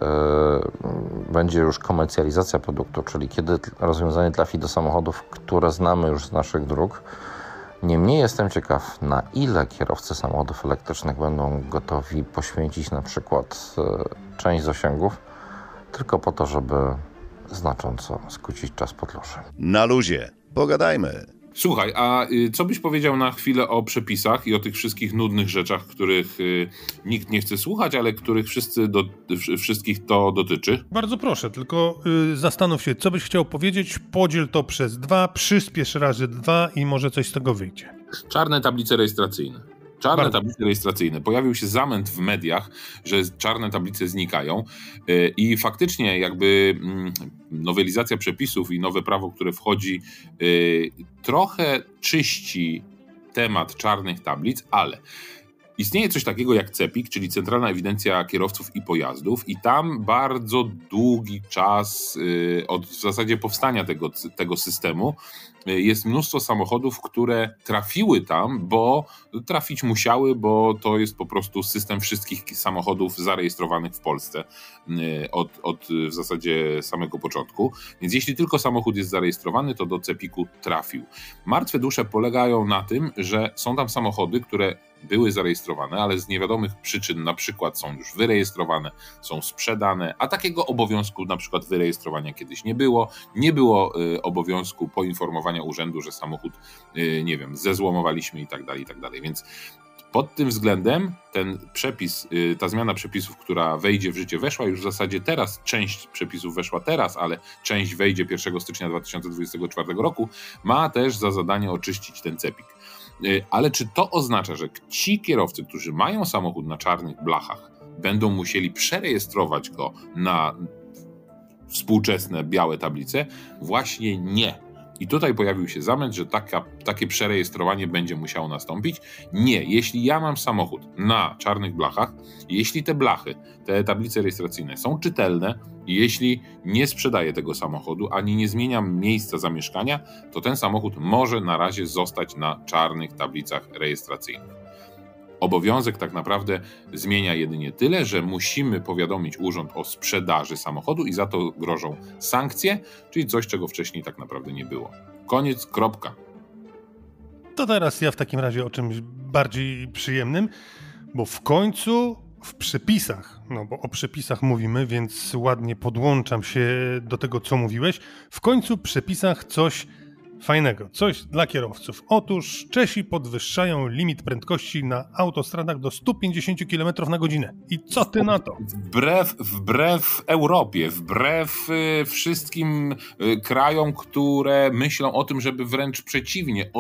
będzie już komercjalizacja produktu, czyli kiedy rozwiązanie trafi do samochodów, które znamy już z naszych dróg. Niemniej jestem ciekaw, na ile kierowcy samochodów elektrycznych będą gotowi poświęcić na przykład część zasięgów, tylko po to, żeby znacząco skrócić czas podróży. Na luzie. Pogadajmy. Słuchaj, a co byś powiedział na chwilę o przepisach i o tych wszystkich nudnych rzeczach, których nikt nie chce słuchać, ale których wszystkich to dotyczy? Bardzo proszę, tylko zastanów się, co byś chciał powiedzieć, podziel to przez 2, przyspiesz razy 2 i może coś z tego wyjdzie. Czarne tablice rejestracyjne. Tablice rejestracyjne. Pojawił się zamęt w mediach, że czarne tablice znikają i faktycznie jakby nowelizacja przepisów i nowe prawo, które wchodzi, trochę czyści temat czarnych tablic, ale istnieje coś takiego jak CEPiK, czyli Centralna Ewidencja Kierowców i Pojazdów i tam bardzo długi czas od w zasadzie powstania tego systemu jest mnóstwo samochodów, które trafiły tam, bo trafić musiały, bo to jest po prostu system wszystkich samochodów zarejestrowanych w Polsce od w zasadzie samego początku. Więc jeśli tylko samochód jest zarejestrowany, to do CEPiK-u trafił. Martwe dusze polegają na tym, że są tam samochody, które były zarejestrowane, ale z niewiadomych przyczyn na przykład są już wyrejestrowane, są sprzedane, a takiego obowiązku na przykład wyrejestrowania kiedyś nie było. Nie było obowiązku poinformowania urzędu, że samochód, nie wiem, zezłomowaliśmy i tak dalej. Więc pod tym względem ten przepis, ta zmiana przepisów, która wejdzie w życie, weszła już w zasadzie teraz, część przepisów weszła teraz, ale część wejdzie 1 stycznia 2024 roku, ma też za zadanie oczyścić ten CEPiK. Ale czy to oznacza, że ci kierowcy, którzy mają samochód na czarnych blachach, będą musieli przerejestrować go na współczesne białe tablice? Właśnie nie. I tutaj pojawił się zamęt, że takie przerejestrowanie będzie musiało nastąpić. Nie, jeśli ja mam samochód na czarnych blachach, jeśli te blachy, te tablice rejestracyjne są czytelne, jeśli nie sprzedaję tego samochodu, ani nie zmieniam miejsca zamieszkania, to ten samochód może na razie zostać na czarnych tablicach rejestracyjnych. Obowiązek tak naprawdę zmienia jedynie tyle, że musimy powiadomić urząd o sprzedaży samochodu i za to grożą sankcje, czyli coś, czego wcześniej tak naprawdę nie było. Koniec, kropka. To teraz ja w takim razie o czymś bardziej przyjemnym, bo w końcu w przepisach, no bo o przepisach mówimy, więc ładnie podłączam się do tego, co mówiłeś, w końcu w przepisach coś fajnego, coś dla kierowców. Otóż Czesi podwyższają limit prędkości na autostradach do 150 km na godzinę. I co ty na to? Wbrew Europie, wbrew wszystkim krajom, które myślą o tym, żeby wręcz przeciwnie,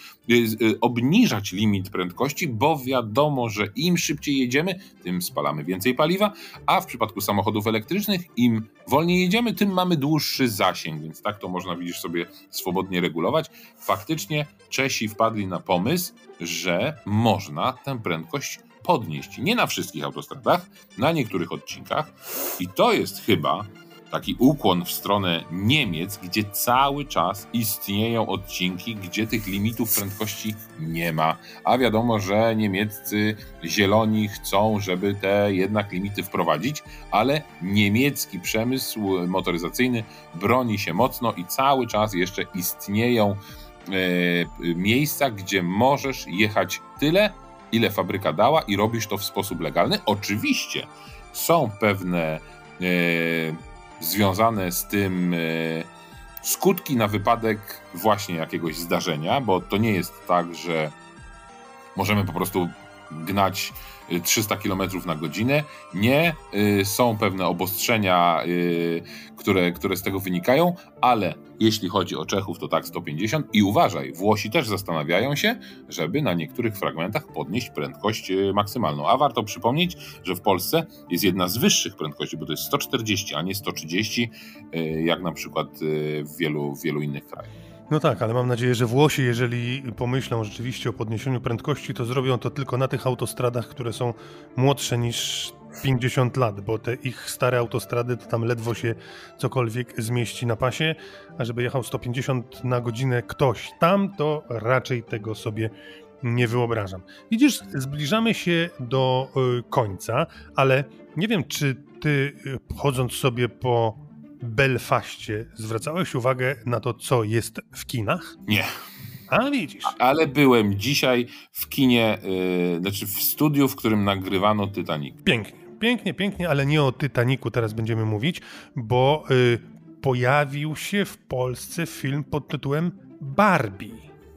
obniżać limit prędkości, bo wiadomo, że im szybciej jedziemy, tym spalamy więcej paliwa, a w przypadku samochodów elektrycznych im wolniej jedziemy, tym mamy dłuższy zasięg, więc tak to można, widzisz, sobie swobodnie regulować. Faktycznie Czesi wpadli na pomysł, że można tę prędkość podnieść. Nie na wszystkich autostradach, na niektórych odcinkach i to jest chyba taki ukłon w stronę Niemiec, gdzie cały czas istnieją odcinki, gdzie tych limitów prędkości nie ma. A wiadomo, że niemieccy zieloni chcą, żeby te jednak limity wprowadzić, ale niemiecki przemysł motoryzacyjny broni się mocno i cały czas jeszcze istnieją miejsca, gdzie możesz jechać tyle, ile fabryka dała i robisz to w sposób legalny. Oczywiście są pewne związane z tym skutki na wypadek właśnie jakiegoś zdarzenia, bo to nie jest tak, że możemy po prostu gnać 300 km na godzinę. Nie, są pewne obostrzenia, które z tego wynikają, ale jeśli chodzi o Czechów, to tak 150 i uważaj, Włosi też zastanawiają się, żeby na niektórych fragmentach podnieść prędkość maksymalną, a warto przypomnieć, że w Polsce jest jedna z wyższych prędkości, bo to jest 140, a nie 130, jak na przykład w wielu innych krajach. No tak, ale mam nadzieję, że Włosi, jeżeli pomyślą rzeczywiście o podniesieniu prędkości, to zrobią to tylko na tych autostradach, które są młodsze niż 50 lat, bo te ich stare autostrady to tam ledwo się cokolwiek zmieści na pasie, a żeby jechał 150 na godzinę ktoś tam, to raczej tego sobie nie wyobrażam. Widzisz, zbliżamy się do końca, ale nie wiem, czy ty chodząc sobie po Belfaście zwracałeś uwagę na to, co jest w kinach? Nie. A widzisz. Ale byłem dzisiaj w kinie, znaczy w studiu, w którym nagrywano Titanic. Pięknie, ale nie o Titanicu teraz będziemy mówić, bo pojawił się w Polsce film pod tytułem Barbie.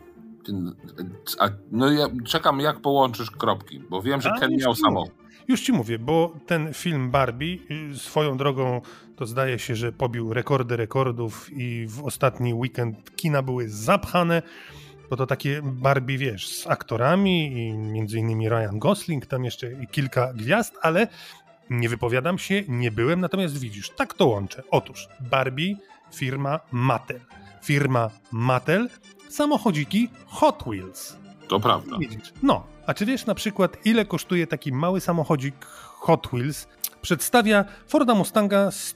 No ja czekam, jak połączysz kropki, bo wiem, że Ken miał samochód. Już ci mówię, bo ten film Barbie swoją drogą to zdaje się, że pobił rekordy rekordów i w ostatni weekend kina były zapchane, bo to takie Barbie, wiesz, z aktorami i między innymi Ryan Gosling, tam jeszcze kilka gwiazd, ale nie wypowiadam się, nie byłem, natomiast widzisz, tak to łączę. Otóż Barbie, firma Mattel, samochodziki Hot Wheels. To prawda. Widzisz. No, a czy wiesz na przykład, ile kosztuje taki mały samochodzik Hot Wheels? Przedstawia Forda Mustanga z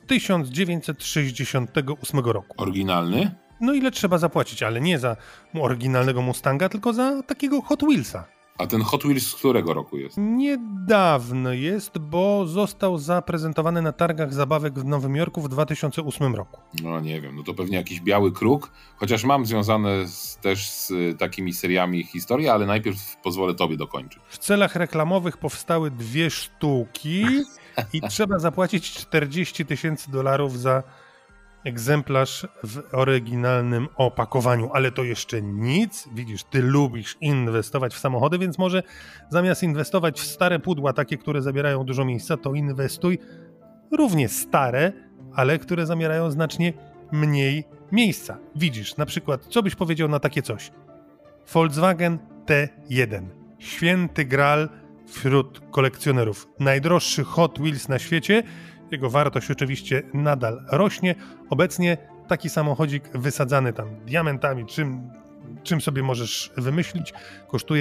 1968 roku. Oryginalny? No ile trzeba zapłacić, ale nie za oryginalnego Mustanga, tylko za takiego Hot Wheelsa. A ten Hot Wheels z którego roku jest? Niedawno jest, bo został zaprezentowany na targach zabawek w Nowym Jorku w 2008 roku. No nie wiem, no to pewnie jakiś biały kruk, chociaż mam związane też z takimi seriami historii, ale najpierw pozwolę tobie dokończyć. W celach reklamowych powstały 2 sztuki i trzeba zapłacić $40,000 za egzemplarz w oryginalnym opakowaniu, ale to jeszcze nic. Widzisz, ty lubisz inwestować w samochody, więc może zamiast inwestować w stare pudła, takie, które zabierają dużo miejsca, to inwestuj równie stare, ale które zabierają znacznie mniej miejsca. Widzisz, na przykład, co byś powiedział na takie coś? Volkswagen T1. Święty Graal wśród kolekcjonerów. Najdroższy Hot Wheels na świecie. Jego wartość oczywiście nadal rośnie. Obecnie taki samochodzik wysadzany tam diamentami, czym sobie możesz wymyślić, kosztuje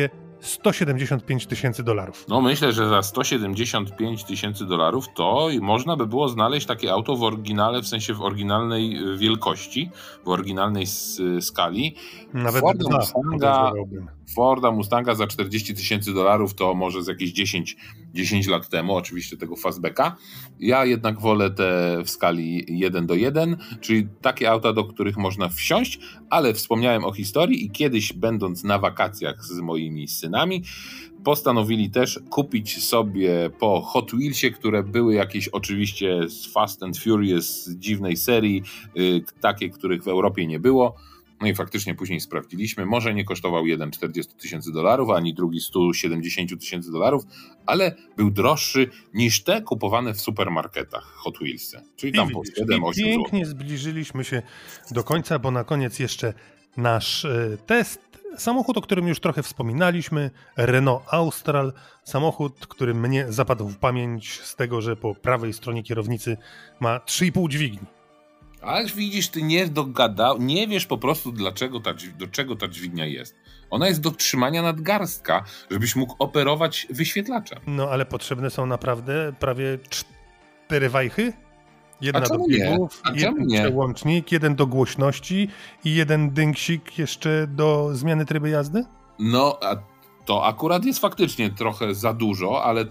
$175 000. No myślę, że za $175 000 to można by było znaleźć takie auto w oryginale, w sensie w oryginalnej wielkości, w oryginalnej skali. Nawet Forda Mustanga za $40 000 to może z jakieś 10 lat temu, oczywiście tego fastbacka. Ja jednak wolę te w skali 1:1, czyli takie auta, do których można wsiąść, ale wspomniałem o historii i kiedyś, będąc na wakacjach z moimi synami, postanowili też kupić sobie po Hot Wheelsie, które były jakieś oczywiście z Fast and Furious, z dziwnej serii, takie, których w Europie nie było. No i faktycznie później sprawdziliśmy, może nie kosztował jeden $40 000, ani drugi $170 000, ale był droższy niż te kupowane w supermarketach Hot Wheelsy, czyli tam po 7-8 zł. Pięknie zbliżyliśmy się do końca, bo na koniec jeszcze nasz test. Samochód, o którym już trochę wspominaliśmy, Renault Austral, samochód, który mnie zapadł w pamięć z tego, że po prawej stronie kierownicy ma 3,5 dźwigni. Ale widzisz, ty nie wiesz po prostu do czego ta dźwignia jest. Ona jest do trzymania nadgarstka, żebyś mógł operować wyświetlaczem. No ale potrzebne są naprawdę prawie 4 wajchy? Jedna do biegów, jeden przełącznik, jeden do głośności i jeden dynksik jeszcze do zmiany trybu jazdy? No, a to akurat jest faktycznie trochę za dużo, ale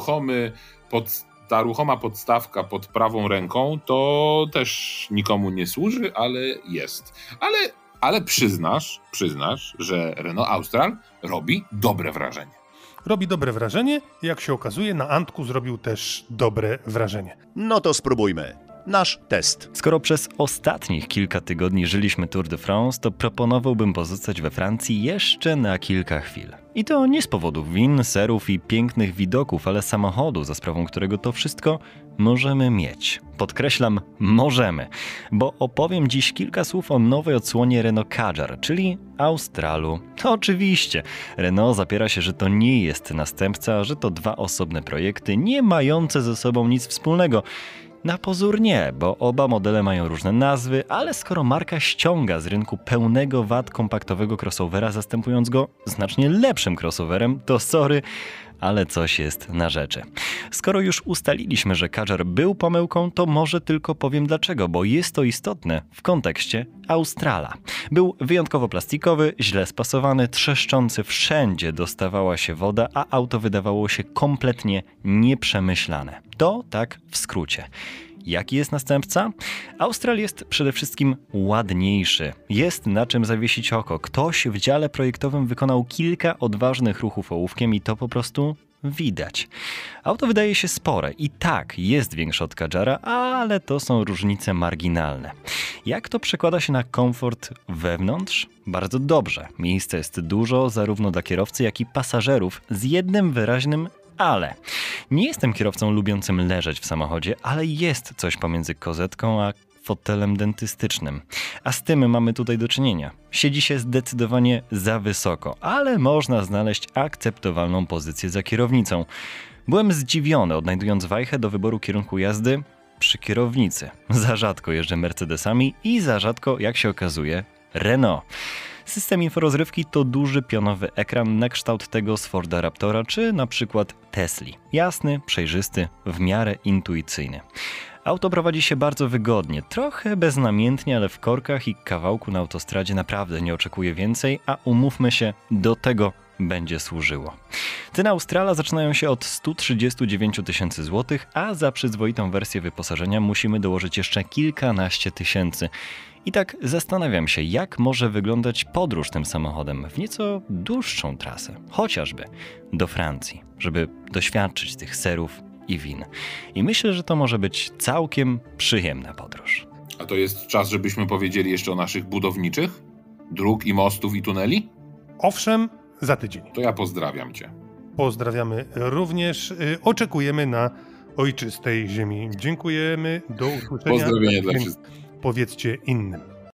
ta ruchoma podstawka pod prawą ręką to też nikomu nie służy, ale jest. Ale przyznasz, że Renault Austral robi dobre wrażenie. Robi dobre wrażenie i jak się okazuje, na Antku zrobił też dobre wrażenie. No to spróbujmy. Nasz test. Skoro przez ostatnich kilka tygodni żyliśmy Tour de France, to proponowałbym pozostać we Francji jeszcze na kilka chwil. I to nie z powodów win, serów i pięknych widoków, ale samochodu, za sprawą którego to wszystko możemy mieć. Podkreślam, możemy, bo opowiem dziś kilka słów o nowej odsłonie Renault Kadjar, czyli Australu. To oczywiście, Renault zapiera się, że to nie jest następca, że to dwa osobne projekty, nie mające ze sobą nic wspólnego. Na pozór nie, bo oba modele mają różne nazwy, ale skoro marka ściąga z rynku pełnego wad kompaktowego crossovera, zastępując go znacznie lepszym crossoverem, to sorry, ale coś jest na rzeczy. Skoro już ustaliliśmy, że Kadjar był pomyłką, to może tylko powiem dlaczego, bo jest to istotne w kontekście Australa. Był wyjątkowo plastikowy, źle spasowany, trzeszczący, wszędzie dostawała się woda, a auto wydawało się kompletnie nieprzemyślane. To tak w skrócie. Jaki jest następca? Austral jest przede wszystkim ładniejszy. Jest na czym zawiesić oko. Ktoś w dziale projektowym wykonał kilka odważnych ruchów ołówkiem i to po prostu widać. Auto wydaje się spore i tak, jest większe od Kadjara, ale to są różnice marginalne. Jak to przekłada się na komfort wewnątrz? Bardzo dobrze. Miejsca jest dużo, zarówno dla kierowcy, jak i pasażerów, z jednym wyraźnym ale. Nie jestem kierowcą lubiącym leżeć w samochodzie, ale jest coś pomiędzy kozetką a fotelem dentystycznym. A z tym mamy tutaj do czynienia. Siedzi się zdecydowanie za wysoko, ale można znaleźć akceptowalną pozycję za kierownicą. Byłem zdziwiony, odnajdując wajchę do wyboru kierunku jazdy przy kierownicy. Za rzadko jeżdżę Mercedesami i za rzadko, jak się okazuje, Renault. System inforozrywki to duży pionowy ekran na kształt tego z Forda Raptora czy na przykład Tesli. Jasny, przejrzysty, w miarę intuicyjny. Auto prowadzi się bardzo wygodnie, trochę beznamiętnie, ale w korkach i kawałku na autostradzie naprawdę nie oczekuję więcej, a umówmy się, do tego będzie służyło. Ceny Australa zaczynają się od 139 000 złotych, a za przyzwoitą wersję wyposażenia musimy dołożyć jeszcze kilkanaście tysięcy. I tak zastanawiam się, jak może wyglądać podróż tym samochodem w nieco dłuższą trasę, chociażby do Francji, żeby doświadczyć tych serów i win. I myślę, że to może być całkiem przyjemna podróż. A to jest czas, żebyśmy powiedzieli jeszcze o naszych budowniczych? Dróg i mostów i tuneli? Owszem, za tydzień. To ja pozdrawiam cię. Pozdrawiamy również. Oczekujemy na ojczystej ziemi. Dziękujemy. Do usłyszenia. Pozdrowienie dla wszystkich. Powiedzcie innym.